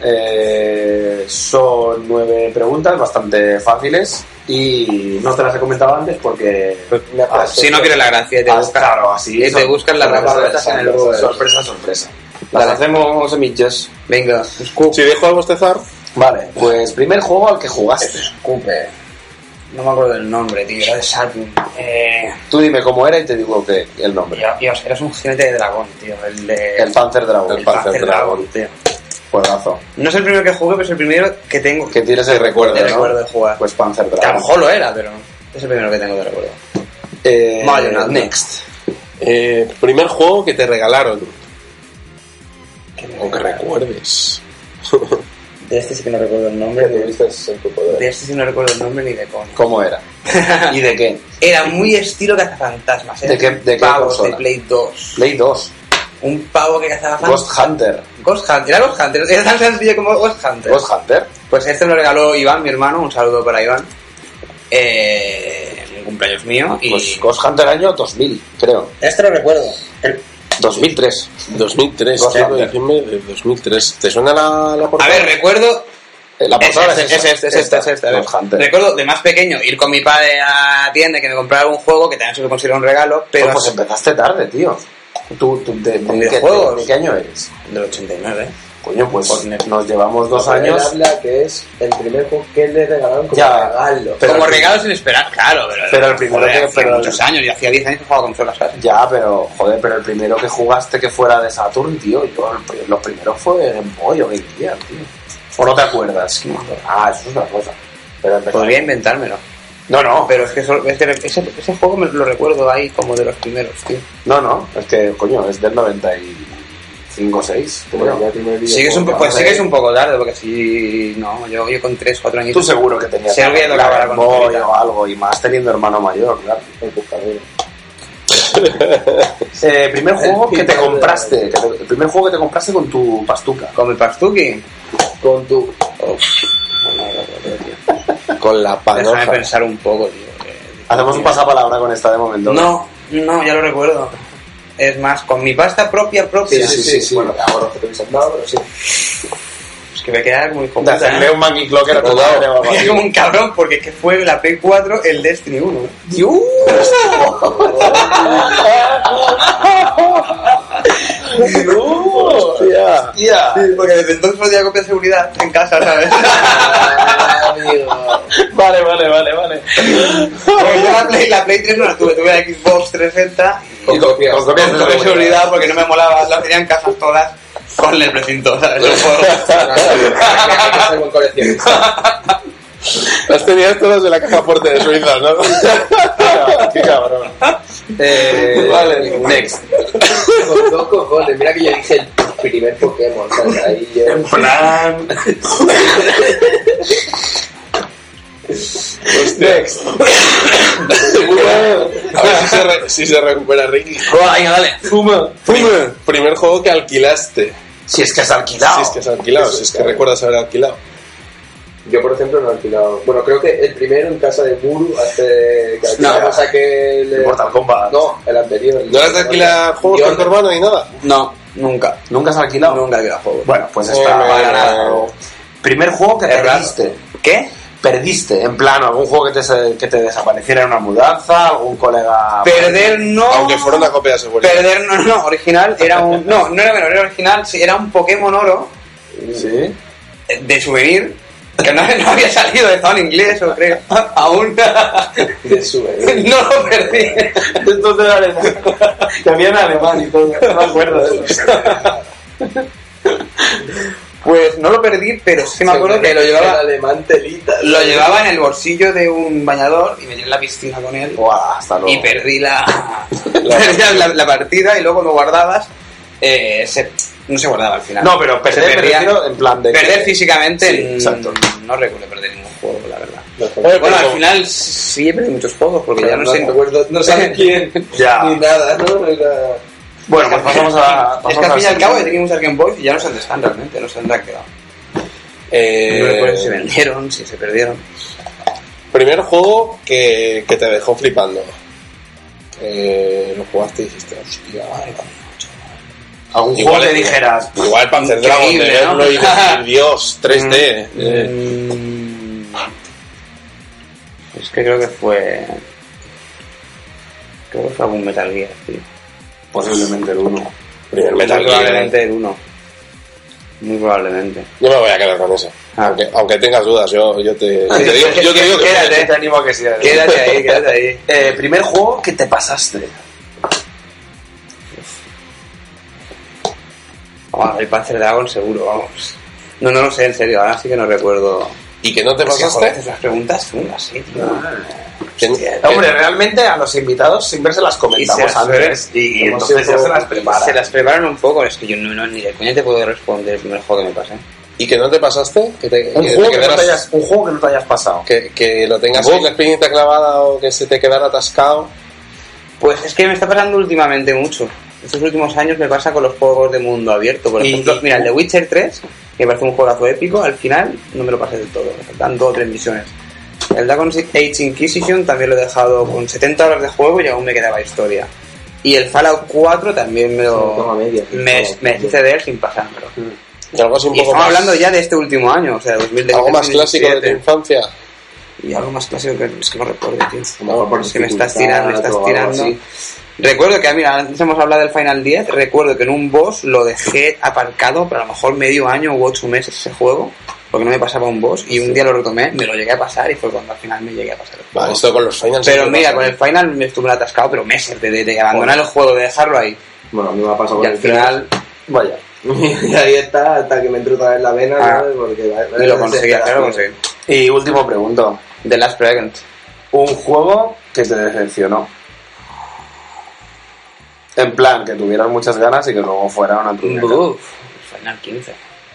Son 9 preguntas bastante fáciles y no te las he comentado antes porque... Si no quieres la gracia, te buscas. Claro, así. Y te buscas las respuestas en el Google. Sorpresa. Las hacemos semillas. Venga, Si dejo de bostezar. Vale, pues primer juego al que jugaste. Cooper. No me acuerdo del nombre, tío. Era de Saturn. Tú dime cómo era y te digo que el nombre. Dios, eras un jinete de dragón, tío. El Panzer Dragon. El Panzer Dragon, tío. Juegazo. No es el primero que jugué, pero es el primero que tengo. Que tienes el recuerdo, de ¿no? recuerdo de jugar. Pues Panzer Que a lo Dragon. mejor lo era, pero es el primero que tengo de recuerdo. Vale, Next. Primer juego que te regalaron. Aunque recuerdes. De este sí que no recuerdo el nombre. Que tuviste en tu poder. De este sí no recuerdo el nombre ni de cómo. ¿Cómo era? ¿Y de qué? Era muy estilo cazafantasmas. ¿De qué pavos consola? de Play 2. Play 2. Un pavo que cazaba Ghost Hunter. Ghost Hunter. Era Ghost Hunter. Era tan sencillo como Ghost Hunter. Ghost Hunter. Pues este me lo regaló Iván, mi hermano. Un saludo para Iván. Un cumpleaños mío. Y... Pues Ghost Hunter año 2000, creo. Este lo recuerdo. 2003. 2003, Ghost 5 de Hunter. diciembre de 2003. ¿Te suena la A portada? ver, recuerdo... La portada Es este. A ver. Ghost Hunter. Recuerdo de más pequeño ir con mi padre a la tienda y que me comprara un juego que también se lo considera un regalo, pero... Pues empezaste tarde, tío. ¿Tú de videojuegos? qué año eres? Del 89. Coño, pues Por nos llevamos 2 Él años. habla que es el primer juego que le regalaron como Ya, regalo. pero como el- regalo sin esperar, claro. Pero el primero joder, que- hacía pero- muchos años, y hacía 10 años que jugaba consolas, ¿sabes? Ya, pero el primero que jugaste que fuera de Saturn, tío, los primeros fue Game Boy o Game Gear, tío. ¿O no te acuerdas? Ah, eso es una cosa. Pero Podría inventármelo. No, Pero es que ese juego me lo recuerdo ahí como de los primeros, tío. no, es que, coño, es del 95, 6. Bueno, ya el primer Sí que es un, pues sí que es un poco tarde, porque si... No, yo con 3, 4 Tú añitos... seguro que tenías Se había tocado la Game Boy consolita. o algo, y más teniendo hermano mayor, claro. El buscador. Primer juego que te pintado de compraste, el primer juego que te compraste con tu pastuca. Con mi Pastuki. Con tu... Con la Déjame panoja. pensar un poco, tío. Hacemos un pasapalabra con esta de momento. No, ya lo recuerdo. Es más, con mi pasta propia. Sí. Bueno, que ahora que te hubiesen dado, pero sí. Es que me quedaba como hijo De puta, hacerle un monkey clocker a tu madre o algo así. como un cabrón, porque es que fue la Play 4 el Destiny 1. Hostia. Ya. Porque desde entonces no tenía copia de seguridad en casa, ¿sabes? Amigo. Vale. Porque yo la Play 3 no la tuve la Xbox 360 Con copias. con copias con copia de seguridad porque no me molaba, las tenía en casas todas con el precinto, ¿sabes? El juego. Hay que ser buen coleccionista. Las tenías todas de la caja fuerte de Suiza, ¿no? Qué cabrón. Vale, next. Con 2 cojones. Mira que yo dije el primer Pokémon, ¿sabes? Ahí yo... En plan. Next. A ver si se recupera Ricky. Venga, dale. Fuma. Primer juego que alquilaste. Si es que has alquilado. Si es que has alquilado, si es que recuerdas haber alquilado. Yo, por ejemplo, no he alquilado. Bueno, creo que el primero en casa de Muru, hace que alquilamos No. aquel... Mortal Kombat. No, el anterior. ¿No has de alquilar juegos Yo con tu hermano ni nada? No, Nunca. ¿Nunca has alquilado? Nunca he alquilado juegos. Bueno, pues está para nada. Primer juego que perdiste. ¿Qué? Perdiste, en plan, algún juego que te desapareciera en una mudanza, algún colega... Perder no... Aunque fuera una copia de seguridad. Perder no, original era un... No era menor, era original, sí, era un Pokémon Oro Sí. de souvenir, que no había salido, estaba en inglés, o creo, aún. De souvenir. No lo perdí. Entonces era alemán. Que había en alemán y todo, no me acuerdo de eso. Pues no lo perdí, pero sí me acuerdo que lo llevaba... alemán telita. Lo llevaba en el bolsillo de un bañador y me tiré en la piscina con él. Buah, hasta luego. Y perdí la partida, y luego cuando guardabas no se guardaba al final. No, pero perder Se me perdía. refiero en plan de... Perder físicamente, Sí, exacto. No recuerdo perder ningún juego, la verdad. Oye, Bueno, pero- al final sí he perdido muchos juegos, porque ya no sé... recuerdo, no sabes quién, Ya. ni nada, ¿no? Era... Bueno, pues pasamos a... Es que al fin y al cabo ya teníamos Game Boy y ya no sé dónde están realmente, no sé dónde han quedado. No recuerdo si se vendieron, si se perdieron. Primer juego que te dejó flipando. Lo jugaste y dijiste, hostia, algún igual juego que es- dijeras... igual Panzer Dragon de Increíble, ¿no? verlo y decir, Dios, 3D. Es que creo que fue algún Metal Gear, tío. Posiblemente el 1. Primer Metal Muy Gear. probablemente el 1. Muy probablemente. Yo me voy a quedar con eso. Ah. Aunque tengas dudas, yo te digo que Quédate. Te animo a que sí. Quédate ahí. Primer juego que te pasaste. El Panzer Dragon seguro, vamos. No lo sé, en serio, ahora sí que no recuerdo. ¿Y que no te Es que, pasaste? joder, las preguntas son así, tío. Hombre, realmente a los invitados siempre se las comentamos Y se las antes y entonces ya se las preparan. Se las preparan un poco, es que yo no ni de coña te puedo responder el primer juego que me pasé. ¿Y que no te pasaste? Que Un juego que no te hayas pasado. que lo tengas con la espinita clavada o que se te quedara atascado. Pues es que me está pasando últimamente mucho. Estos últimos años me pasa con los juegos de mundo abierto. Por ejemplo, mira, el de Witcher 3, que me parece un juegazo épico, al final no me lo pasé del todo. Me faltan 2 o 3 misiones. El Dragon Age Inquisition también lo he dejado con 70 horas de juego y aún me quedaba historia. Y el Fallout 4 también me hice de él sin pasármelo. Y algo así un Y poco estamos más, hablando ya de este último año, o sea, 2017. algo más clásico de tu 2017. infancia. Y algo más clásico que es que no recuerdo, tío. mejor por Es que me estás dificultad o algo tirando. así. Recuerdo que, mira, antes hemos hablado del Final 10, recuerdo que en un boss lo dejé aparcado por a lo mejor medio año u 8 meses ese juego, porque no me pasaba un boss, y un día lo retomé, me lo llegué a pasar y fue cuando al final me llegué a pasar el juego. Vale, esto con los finals. Pero siempre mira, pasa. con el Final me estuve atascado, pero meses de abandonar el juego, de dejarlo ahí. Bueno, a mí me ha pasado Y con al el final, Vaya. y ahí está, hasta que me entró otra vez la vena, ¿sabes? Porque y lo conseguí, claro, lo conseguí. Y último pregunto. The Last Pregnant. Un juego que te decepcionó. En plan, que tuvieras muchas ganas y que luego fuera una truñaca. Final 15.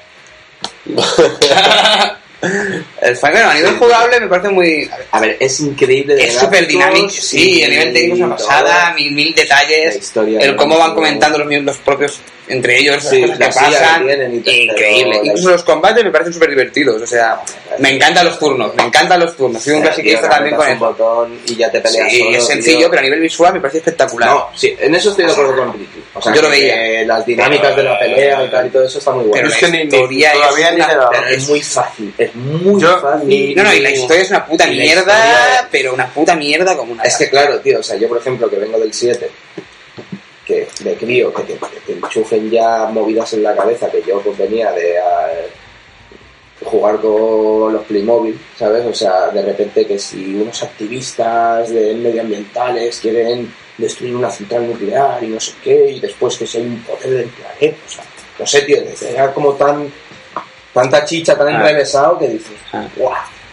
El Final a nivel jugable me parece muy... A ver, es increíble. de Es súper gráficos dinámico, sí, a nivel técnico es una pasada, mil La detalles, historia el cómo van no- comentando los propios, entre ellos, las Sí, cosas que las sillas pasan, que tienen y tal, increíble. pero Incluso los combates me parecen súper divertidos, o sea, me encantan los turnos, soy un clasiquista también con un eso. botón y ya te peleas Sí, solo, es sencillo, tío. pero a nivel visual me parece espectacular. No, sí, en eso estoy de acuerdo con Ricky. O sea, Yo lo que veía. las dinámicas de la pelea y tal y todo eso está muy bueno. Pero es la que ni historia todavía es ni una- me da. Es muy fácil, es muy Yo- fácil. No, y la historia es una puta Y la mierda, historia- pero una puta mierda como una... Es que claro, tío, o sea, yo por ejemplo que vengo del 7, que de crío, que te enchufen ya movidas en la cabeza, que yo pues venía de jugar con los Playmobil, ¿sabes? O sea, de repente que si unos activistas medioambientales quieren destruir una central nuclear y no sé qué, y después que si hay un poder del planeta, o sea, no sé, tío, era como tanta chicha, tan enrevesado que dices, Ah. ¡guau!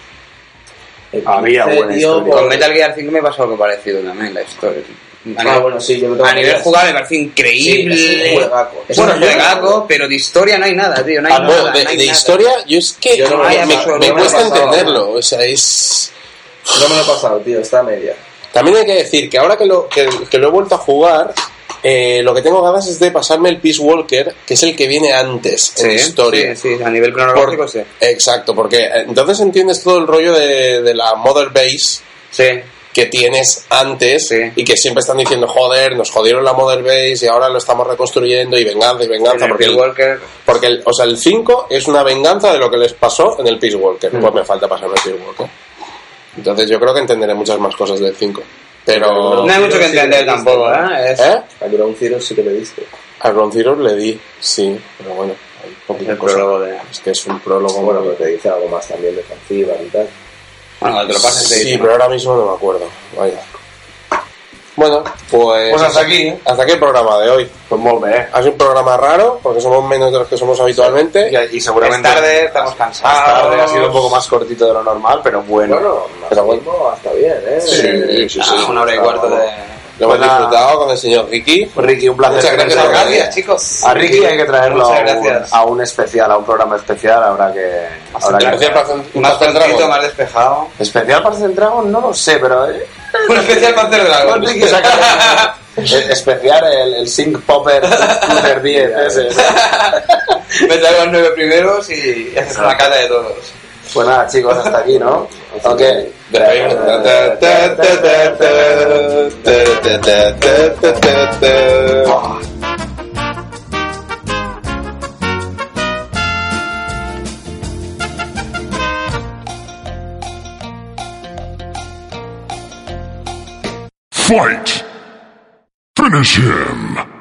Había buena historia. Con Metal Gear 5 me pasó algo parecido también, la historia. Bueno, sí, yo lo tengo A nivel que- jugable me parece increíble. Sí, es un juegaco. Es Bueno, un juegaco, pero de historia no hay nada, tío. No hay Algo nada. de, no hay de nada. historia, yo es que Yo no me- me no me cuesta ha pasado, entenderlo. O sea, es. No me lo he pasado, tío, está a media. También hay que decir que ahora que lo he vuelto a jugar, lo que tengo ganas es de pasarme el Peace Walker, que es el que viene antes en historia. Sí, a nivel cronológico sí. Exacto, porque entonces entiendes todo el rollo de la Mother Base, Sí. que tienes antes y que siempre están diciendo, joder, nos jodieron la Mother Base y ahora lo estamos reconstruyendo y venganza, porque el 5 es una venganza de lo que les pasó en el Peace Walker. Pues me falta pasarme el Peace Walker. Entonces yo creo que entenderé muchas más cosas del 5. Pero no hay mucho que entender tampoco, ¿eh? A Ground Zero sí que le diste. A Ground Zero le di, sí, pero bueno, hay poquita cosa. Es que es un prólogo. Bueno, pero te dice algo más también defensiva y tal. Bueno, te lo pases. Sí, pero ahora mismo no me acuerdo. Vaya. Bueno, pues hasta aquí. Hasta aquí el programa de hoy. Pues molt bé. Ha sido un programa raro, porque somos menos de los que somos habitualmente. Y seguramente es tarde, estamos cansados. Tarde, ha sido un poco más cortito de lo normal, pero bueno. Pero bueno, hasta bien, ¿eh? Sí. Una hora y cuarto de... Lo hemos disfrutado con el señor Ricky. Ricky, un placer. Muchas gracias, chicos. A Ricky hay que traerlo a un especial, a un programa especial. Habrá que más cortito, más despejado. ¿Especial para Panzer Dragon? No lo sé, pero... Un especial Panzer Dragon. Especial el Sync Popper Super 10 ese. Me traigo los 9 primeros y haces una cata de todos. Pues nada, chicos, hasta aquí, ¿no? Ok. Fight! Finish him!